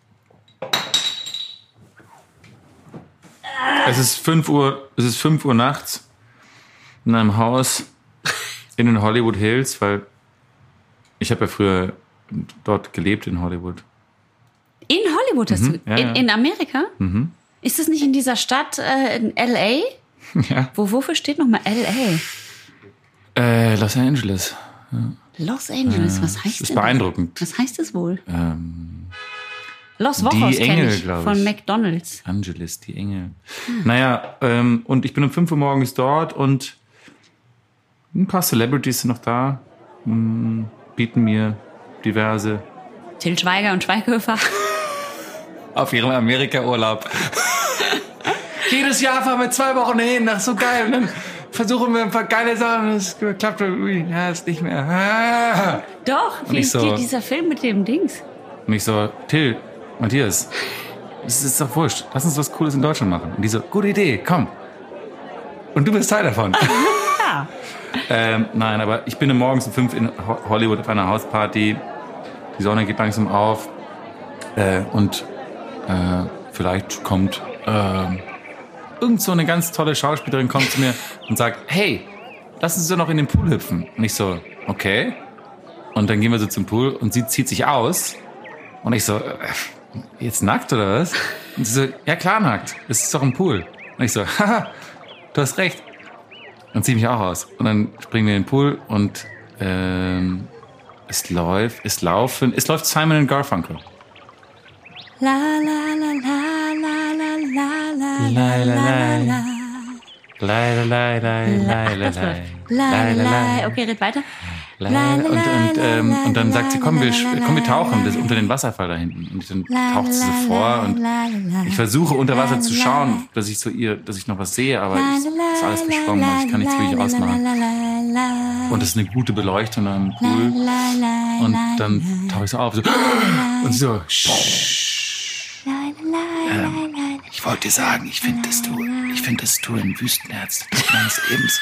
Es ist 5 Uhr nachts in einem Haus in den Hollywood Hills, weil ich habe ja früher dort gelebt in Hollywood. In Hollywood hast du? Ja, in Amerika? Mhm. Ist das nicht in dieser Stadt in L.A.? Ja. Wofür steht nochmal L.A.? Los Angeles. Los Angeles, was heißt Das ist denn beeindruckend. das? Was heißt das wohl? Los Wochos die Engel, kenne ich glaub ich. von McDonald's. Angeles, die Engel. Naja, und ich bin um 5 Uhr morgens dort und ein paar Celebrities sind noch da, bieten mir diverse Till Schweiger und Schweighöfer. auf ihrem Amerika-Urlaub. Jedes Jahr fahren wir 2 Wochen hin, das ist so geil. Und dann versuchen wir ein paar geile Sachen, das klappt irgendwie, ja, ist nicht mehr. Doch, wie ich so- dieser Film mit dem Dings. Und ich so, Till, Matthias, es ist doch wurscht, lass uns was Cooles in Deutschland machen. Und die so, gute Idee, komm. Und du bist Teil davon. Ja. Nein, aber ich bin morgens um 5 in Hollywood auf einer Hausparty. Die Sonne geht langsam auf. Und vielleicht kommt irgend so eine ganz tolle Schauspielerin kommt zu mir und sagt, hey, lass uns doch noch in den Pool hüpfen. Und ich so, okay. Und dann gehen wir so zum Pool und sie zieht sich aus. Und ich so, jetzt nackt oder was? Und sie so, ja klar nackt. Es ist doch ein Pool. Und ich so, haha, du hast recht. Und zieh mich auch aus. Und dann springen wir in den Pool und es läuft Simon & Garfunkel. La la la la la la la La, la, la. la. Lei, lei, lei, lei, lei, Das läuft. lei. La Lei, lei, la. lei. Okay, red weiter. Lei, und dann sagt sie, komm, wir tauchen, das ist unter den Wasserfall da hinten. Und dann taucht sie so vor und ich versuche unter Wasser zu schauen, dass ich noch was sehe, aber es ist alles verschwommen, also ich kann nichts wirklich ausmachen. Und es ist eine gute Beleuchtung da im Pool. Und dann tauche ich so auf, so, und sie so, ich wollte dir sagen, ich finde, dass du ein Wüstenherz meines Lebens.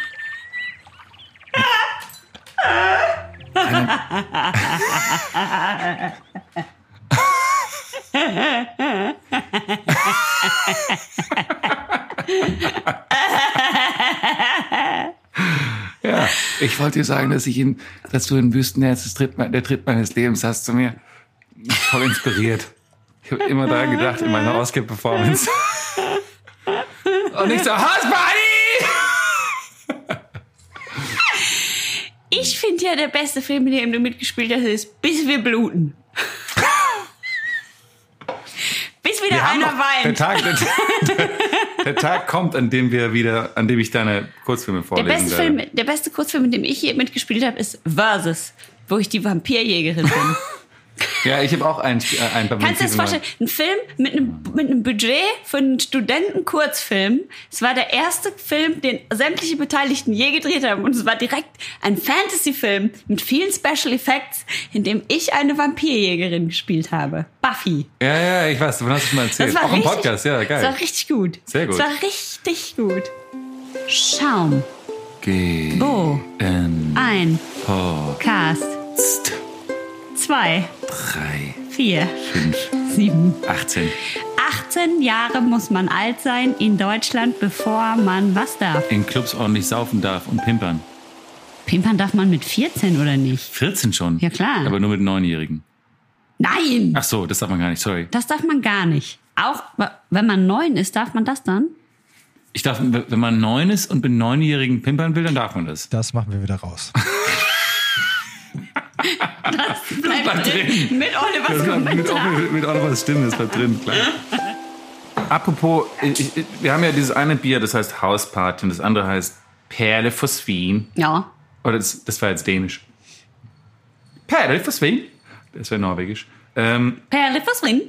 Ja, ich wollte dir sagen, dass du ein Wüstenherz, der Tritt meines Lebens hast zu mir. Voll inspiriert. Ich habe immer daran gedacht in meiner Oscar-Performance. Und ich so, Hausparty! Ich finde ja, der beste Film, in dem du mitgespielt hast, ist Bis wir bluten. Bis wieder einer weint. Der Tag kommt, an dem ich deine Kurzfilme vorlesen werde. Der beste Kurzfilm, in dem ich je mitgespielt habe, ist Versus, wo ich die Vampirjägerin bin. Ja, ich habe auch einen Kannst du dir das vorstellen? Ein Film mit einem Budget für einen Studentenkurzfilm. Es war der erste Film, den sämtliche Beteiligten je gedreht haben. Und es war direkt ein Fantasy-Film mit vielen Special Effects, in dem ich eine Vampirjägerin gespielt habe. Buffy. Ja, ich weiß, davon hast du schon mal erzählt. Das war Auch im richtig, Podcast, ja, geil. Das war richtig gut. Sehr gut. Das war richtig gut. Schaum. Bo. Ein. Cast. 2, 3, 4, 5, 7, 18. 18 Jahre muss man alt sein in Deutschland, bevor man was darf. In Clubs ordentlich saufen darf und pimpern. Pimpern darf man mit 14 oder nicht? 14 schon? Ja, klar. Aber nur mit 9-Jährigen. Nein! Ach so, das darf man gar nicht, sorry. Das darf man gar nicht. Auch wenn man 9 ist, darf man das dann? Ich darf, wenn man 9 ist und mit 9-Jährigen pimpern will, dann darf man das. Das machen wir wieder raus. Das bleibt drin. Mit Olivers Kommentar. Mit Olivers Stimme, das bleibt drin, klar. Apropos, wir haben ja dieses eine Bier, das heißt Hausparty und das andere heißt Perle for Svin. Ja. Oder das war jetzt dänisch. Perle for Svin. Das wäre norwegisch. Perle for Svin.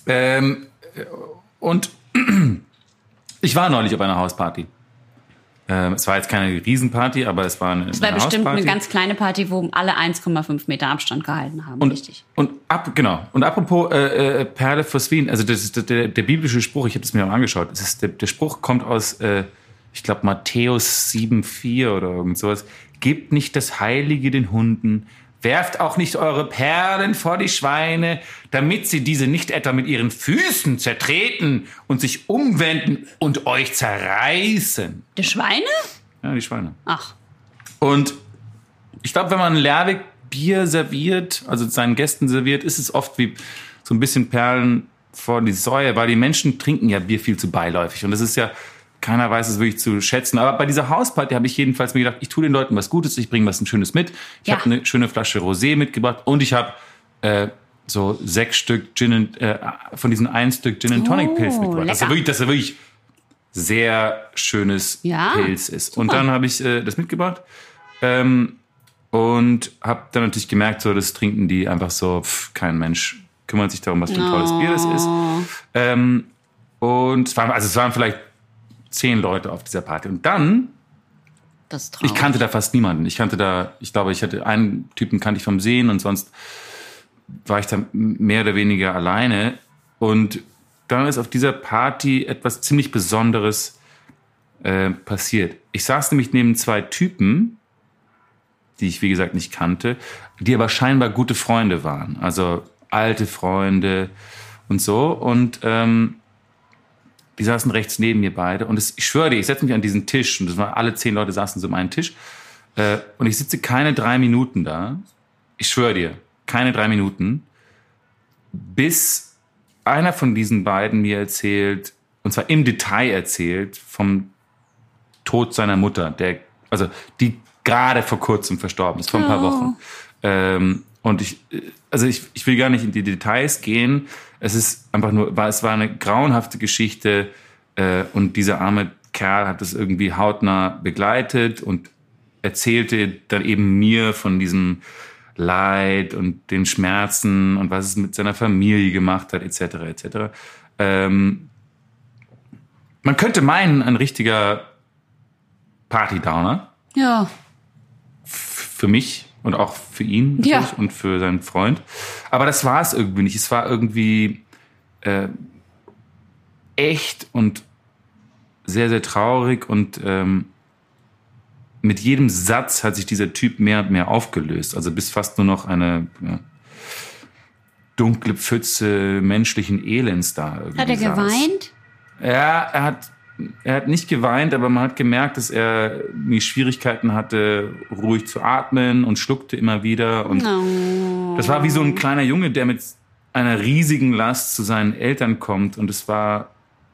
Und ich war neulich auf einer Hausparty. Es war jetzt keine Riesenparty, aber es war eine Es war bestimmt Hausparty. eine ganz kleine Party, wo alle 1,5 Meter Abstand gehalten haben. Richtig. Und apropos Perle for Svin, also das ist der biblische Spruch, ich habe es mir auch angeschaut. Das ist der Spruch kommt aus, ich glaube, Matthäus 7,4 oder irgend sowas. Gebt nicht das Heilige den Hunden, werft auch nicht eure Perlen vor die Schweine, damit sie diese nicht etwa mit ihren Füßen zertreten und sich umwenden und euch zerreißen. Die Schweine? Ja, die Schweine. Ach. Und ich glaube, wenn man Lerwick Bier serviert, also seinen Gästen serviert, ist es oft wie so ein bisschen Perlen vor die Säue, weil die Menschen trinken ja Bier viel zu beiläufig. Und das ist ja, keiner weiß es wirklich zu schätzen. Aber bei dieser Hausparty habe ich jedenfalls mir gedacht, ich tue den Leuten was Gutes, ich bringe was ein Schönes mit. Ich habe eine schöne Flasche Rosé mitgebracht und ich habe so 6 Stück von diesen 1 Stück Gin and Tonic Pilz mitgebracht. Das ist wirklich sehr schönes Pilz ist. Super. Und dann habe ich das mitgebracht und habe dann natürlich gemerkt, so das trinken die einfach so, kein Mensch kümmert sich darum, was für ein tolles Bier das ist. Und es waren vielleicht 10 Leute auf dieser Party. Und dann, ich kannte da fast niemanden. Ich glaube, ich hatte einen Typen kannte ich vom Sehen und sonst war ich da mehr oder weniger alleine. Und dann ist auf dieser Party etwas ziemlich Besonderes passiert. Ich saß nämlich neben 2 Typen, die ich, wie gesagt, nicht kannte, die aber scheinbar gute Freunde waren. Also alte Freunde und so. Und die saßen rechts neben mir beide. Und ich schwöre dir, ich setze mich an diesen Tisch. Und das waren alle 10 Leute saßen so um einen Tisch. Und ich sitze keine 3 Minuten da. Ich schwöre dir, keine 3 Minuten. Bis einer von diesen beiden mir erzählt, und zwar im Detail erzählt, vom Tod seiner Mutter, die gerade vor kurzem verstorben ist, vor ein paar Wochen. Und ich will gar nicht in die Details gehen. Es ist einfach nur, es war eine grauenhafte Geschichte und dieser arme Kerl hat das irgendwie hautnah begleitet und erzählte dann eben mir von diesem Leid und den Schmerzen und was es mit seiner Familie gemacht hat, etc. etc. Man könnte meinen, ein richtiger Party-Downer. Ja. Für mich und auch für ihn natürlich und für seinen Freund. Aber das war es irgendwie nicht. Es war irgendwie echt und sehr, sehr traurig und mit jedem Satz hat sich dieser Typ mehr und mehr aufgelöst. Also bis fast nur noch eine dunkle Pfütze menschlichen Elends da. Hat er geweint? Ja, er hat nicht geweint, aber man hat gemerkt, dass er Schwierigkeiten hatte, ruhig zu atmen und schluckte immer wieder. Und das war wie so ein kleiner Junge, der mit einer riesigen Last zu seinen Eltern kommt. Und es war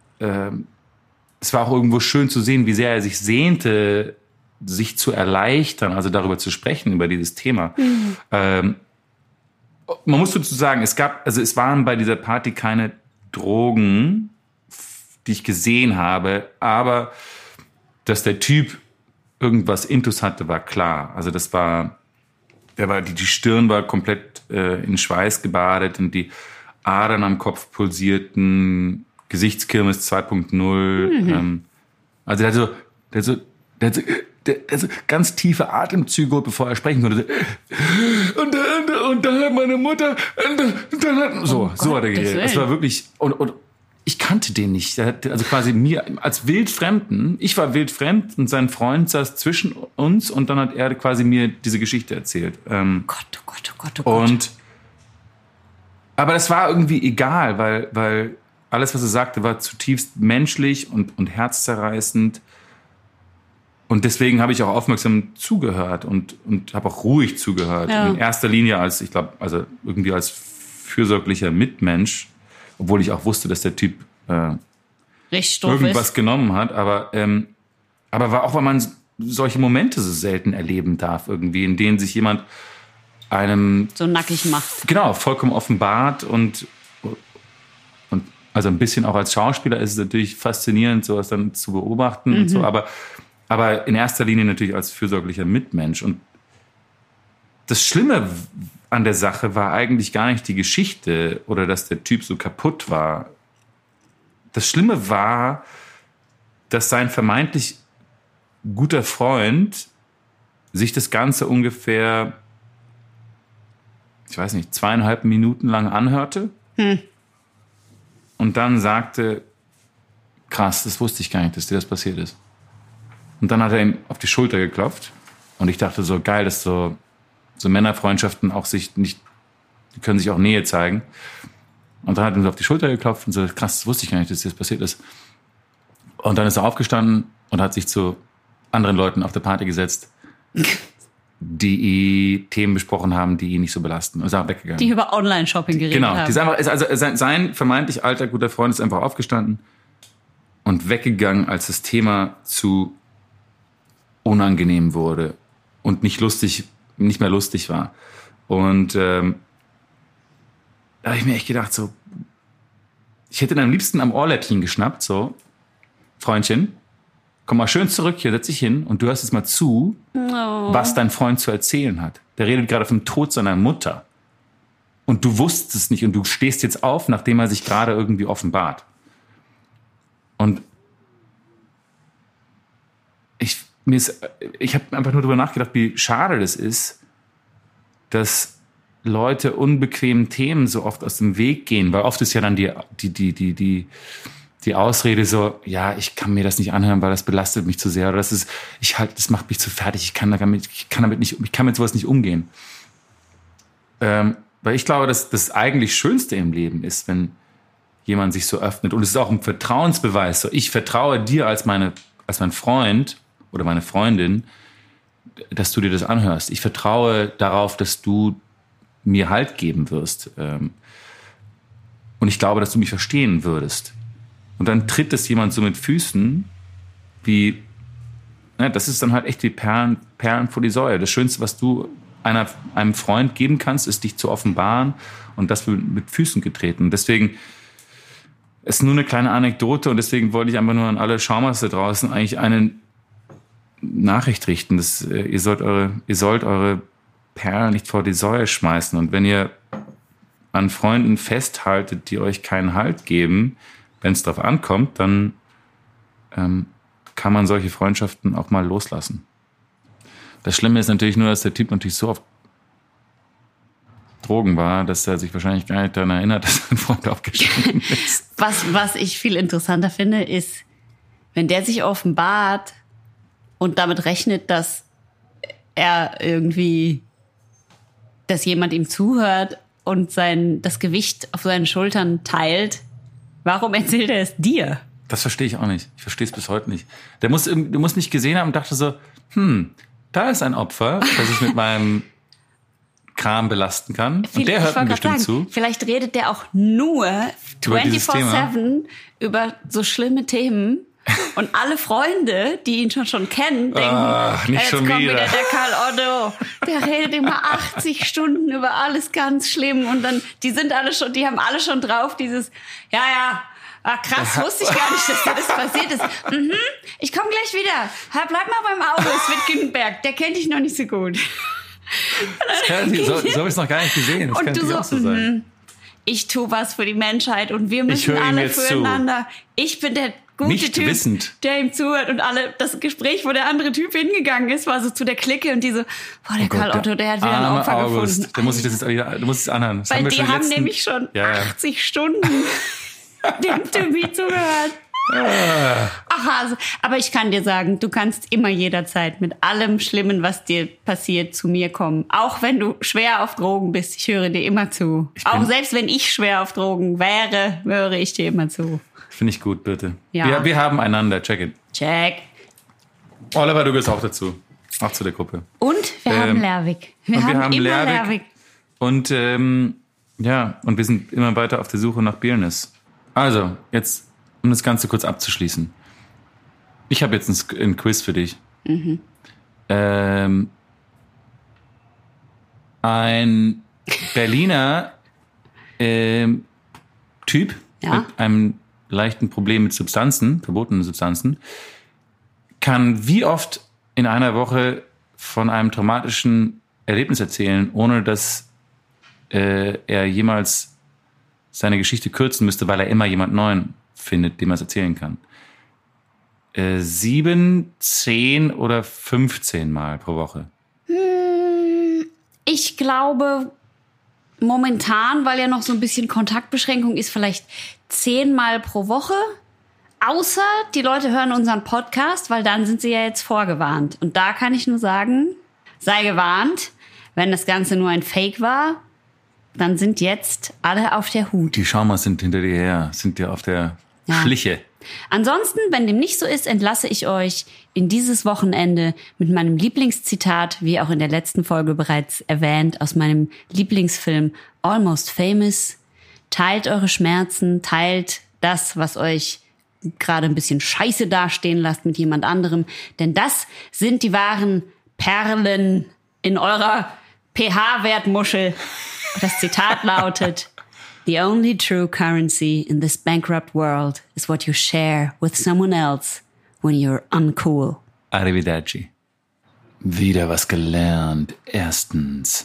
auch irgendwo schön zu sehen, wie sehr er sich sehnte, sich zu erleichtern, also darüber zu sprechen, über dieses Thema. Man muss dazu sagen, es waren bei dieser Party keine Drogen, die ich gesehen habe, aber dass der Typ irgendwas Intus hatte, war klar. Also die Stirn war komplett in Schweiß gebadet und die Adern am Kopf pulsierten, Gesichtskirmes 2.0. Also der hat so ganz tiefe Atemzüge, bevor er sprechen konnte. Und dann hat meine Mutter, so hat er geredet. Das war wirklich, und ich kannte den nicht. Also quasi mir als Wildfremden, ich war wildfremd und sein Freund saß zwischen uns und dann hat er quasi mir diese Geschichte erzählt. Gott. Aber das war irgendwie egal, weil alles, was er sagte, war zutiefst menschlich und herzzerreißend. Und deswegen habe ich auch aufmerksam zugehört und habe auch ruhig zugehört. Ja. In erster Linie als fürsorglicher Mitmensch, obwohl ich auch wusste, dass der Typ irgendwas genommen hat. Aber war auch, weil man solche Momente so selten erleben darf, irgendwie, in denen sich jemand einem so nackig macht. Genau, vollkommen offenbart und also ein bisschen auch als Schauspieler ist es natürlich faszinierend, sowas dann zu beobachten und so, aber in erster Linie natürlich als fürsorglicher Mitmensch. Und das Schlimme an der Sache war eigentlich gar nicht die Geschichte oder dass der Typ so kaputt war. Das Schlimme war, dass sein vermeintlich guter Freund sich das Ganze ungefähr, 2,5 Minuten lang anhörte und dann sagte, krass, das wusste ich gar nicht, dass dir das passiert ist. Und dann hat er ihm auf die Schulter geklopft. Und ich dachte so, geil, dass so Männerfreundschaften auch die können sich auch Nähe zeigen. Und dann hat er ihm auf die Schulter geklopft und so, krass, das wusste ich gar nicht, dass das passiert ist. Und dann ist er aufgestanden und hat sich zu anderen Leuten auf der Party gesetzt. die Themen besprochen haben, die ihn nicht so belasten. Und ist einfach weggegangen. Die über Online-Shopping geredet haben. Genau. Also sein vermeintlich alter, guter Freund ist einfach aufgestanden und weggegangen, als das Thema zu unangenehm wurde und nicht mehr lustig war. Und da habe ich mir echt gedacht, so, ich hätte ihn am liebsten am Ohrläppchen geschnappt, so, Freundchen, komm mal schön zurück hier, setz dich hin und du hörst jetzt mal zu, was dein Freund zu erzählen hat. Der redet gerade vom Tod seiner Mutter. Und du wusstest es nicht und du stehst jetzt auf, nachdem er sich gerade irgendwie offenbart. Und ich habe einfach nur darüber nachgedacht, wie schade das ist, dass Leute unbequemen Themen so oft aus dem Weg gehen, weil oft ist ja dann die Ausrede so, ja, ich kann mir das nicht anhören, weil das belastet mich zu sehr oder das macht mich zu fertig, ich kann mit sowas nicht umgehen. Weil ich glaube, dass das eigentlich Schönste im Leben ist, wenn jemand sich so öffnet. Und es ist auch ein Vertrauensbeweis. So, ich vertraue dir als mein Freund oder meine Freundin, dass du dir das anhörst. Ich vertraue darauf, dass du mir Halt geben wirst. Und ich glaube, dass du mich verstehen würdest. Und dann tritt es jemand so mit Füßen, wie, das ist dann halt echt wie Perlen vor die Säue. Das Schönste, was du einem Freund geben kannst, ist dich zu offenbaren und das wird mit Füßen getreten. Deswegen ist nur eine kleine Anekdote und deswegen wollte ich einfach nur an alle Schaumers da draußen eigentlich eine Nachricht richten, dass ihr sollt eure Perlen nicht vor die Säue schmeißen. Und wenn ihr an Freunden festhaltet, die euch keinen Halt geben, wenn es drauf ankommt, dann kann man solche Freundschaften auch mal loslassen. Das Schlimme ist natürlich nur, dass der Typ natürlich so auf Drogen war, dass er sich wahrscheinlich gar nicht daran erinnert, dass sein Freund aufgestanden ist. Was ich viel interessanter finde, ist, wenn der sich offenbart und damit rechnet, dass jemand ihm zuhört und das Gewicht auf seinen Schultern teilt, warum erzählt er es dir? Das verstehe ich auch nicht. Ich verstehe es bis heute nicht. Der muss mich gesehen haben und dachte so, da ist ein Opfer, das ich mit meinem Kram belasten kann. Und der hört mir bestimmt zu. Vielleicht redet der auch nur 24/7 über so schlimme Themen. Und alle Freunde, die ihn schon kennen, denken, jetzt kommt wieder der Karl Otto, der redet immer 80 Stunden über alles ganz schlimm. Und dann, die haben alle schon drauf dieses, krass, wusste ich gar nicht, dass das passiert ist. Ich komme gleich wieder. Bleib mal beim Auto, es wird Gündenberg, der kennt dich noch nicht so gut. So habe ich es noch gar nicht gesehen. Das könnte auch so sein. Ich tue was für die Menschheit und wir müssen alle füreinander. Ich bin der gute nicht Typ, wissend, der ihm zuhört und das Gespräch, wo der andere Typ hingegangen ist, war so zu der Clique und die so, der Karl Otto, der hat wieder ein Opfer gefunden. Da muss ich das jetzt wieder, du musst es anhören. Weil die haben nämlich schon 80 Stunden dem Typ zugehört. Aber ich kann dir sagen, du kannst immer jederzeit mit allem Schlimmen, was dir passiert, zu mir kommen. Auch wenn du schwer auf Drogen bist, ich höre dir immer zu. Auch selbst wenn ich schwer auf Drogen wäre, höre ich dir immer zu. Finde ich gut, bitte. Ja. Wir haben einander, check it. Check. Oliver, du gehst auch dazu. Auch zu der Gruppe. Und wir haben Lerwick. Wir haben immer Lerwick. Und und wir sind immer weiter auf der Suche nach Biernis. Also, jetzt, um das Ganze kurz abzuschließen. Ich habe jetzt ein Quiz für dich. Ein Berliner Typ mit einem leichten Problem mit Substanzen, verbotenen Substanzen, kann wie oft in einer Woche von einem traumatischen Erlebnis erzählen, ohne dass er jemals seine Geschichte kürzen müsste, weil er immer jemand Neuen findet, dem er es erzählen kann. 7, 10 oder 15 Mal pro Woche? Ich glaube, momentan, weil ja noch so ein bisschen Kontaktbeschränkung ist, vielleicht 10 Mal pro Woche. Außer die Leute hören unseren Podcast, weil dann sind sie ja jetzt vorgewarnt. Und da kann ich nur sagen, sei gewarnt, wenn das Ganze nur ein Fake war, dann sind jetzt alle auf der Hut. Die Schaumers sind hinter dir her, sind dir auf der Schliche. Ansonsten, wenn dem nicht so ist, entlasse ich euch in dieses Wochenende mit meinem Lieblingszitat, wie auch in der letzten Folge bereits erwähnt, aus meinem Lieblingsfilm Almost Famous. Teilt eure Schmerzen, teilt das, was euch gerade ein bisschen scheiße dastehen lasst mit jemand anderem. Denn das sind die wahren Perlen in eurer pH-Wertmuschel. Das Zitat lautet: The only true currency in this bankrupt world is what you share with someone else when you're uncool. Arrivederci. Wieder was gelernt. Erstens.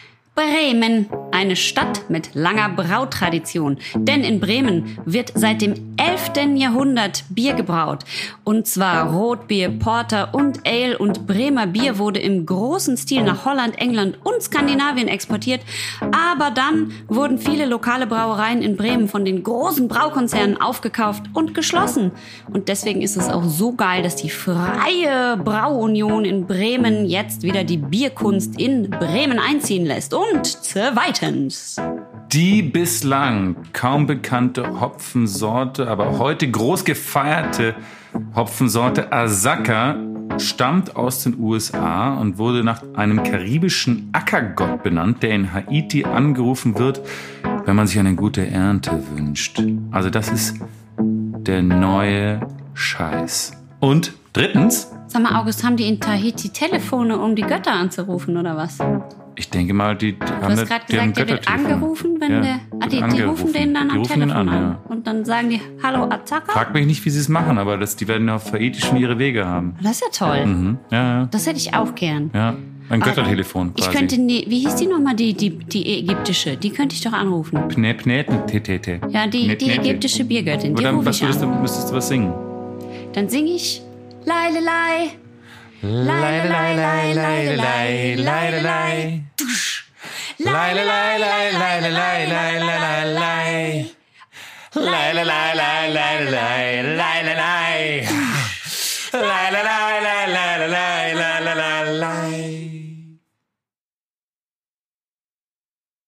Bremen, eine Stadt mit langer Brautradition. Denn in Bremen wird seit dem 11. Jahrhundert Bier gebraut. Und zwar Rotbier, Porter und Ale. Und Bremer Bier wurde im großen Stil nach Holland, England und Skandinavien exportiert. Aber dann wurden viele lokale Brauereien in Bremen von den großen Braukonzernen aufgekauft und geschlossen. Und deswegen ist es auch so geil, dass die Freie Brauunion in Bremen jetzt wieder die Bierkunst in Bremen einziehen lässt. Und zweitens. Die bislang kaum bekannte Hopfensorte, aber heute groß gefeierte Hopfensorte Azacca stammt aus den USA und wurde nach einem karibischen Ackergott benannt, der in Haiti angerufen wird, wenn man sich eine gute Ernte wünscht. Also das ist der neue Scheiß. Und drittens. Sag mal, August, haben die in Tahiti Telefone, um die Götter anzurufen, oder was? Ich denke mal, die haben Du hast gerade gesagt, der wird angerufen, wenn die rufen den dann am Telefon an. Ja. Und dann sagen die, hallo Azacca? Frag mich nicht, wie sie es machen, aber die werden auf Haiti schon ihre Wege haben. Das ist ja toll. Mhm. Ja. Das hätte ich auch gern. Ja, ein Göttertelefon quasi. Ich könnte, wie hieß die nochmal, die ägyptische? Die könnte ich doch anrufen. Pnetete. Ja, die ägyptische Biergöttin, die rufe ich an. Müsstest du was singen? Dann singe ich Leilelei. Leilelei, Leilelei, Leilelei. Leilelei, Leilelei, Leilelei. Leilelei, Leilelei, Leilelei. Leilelei,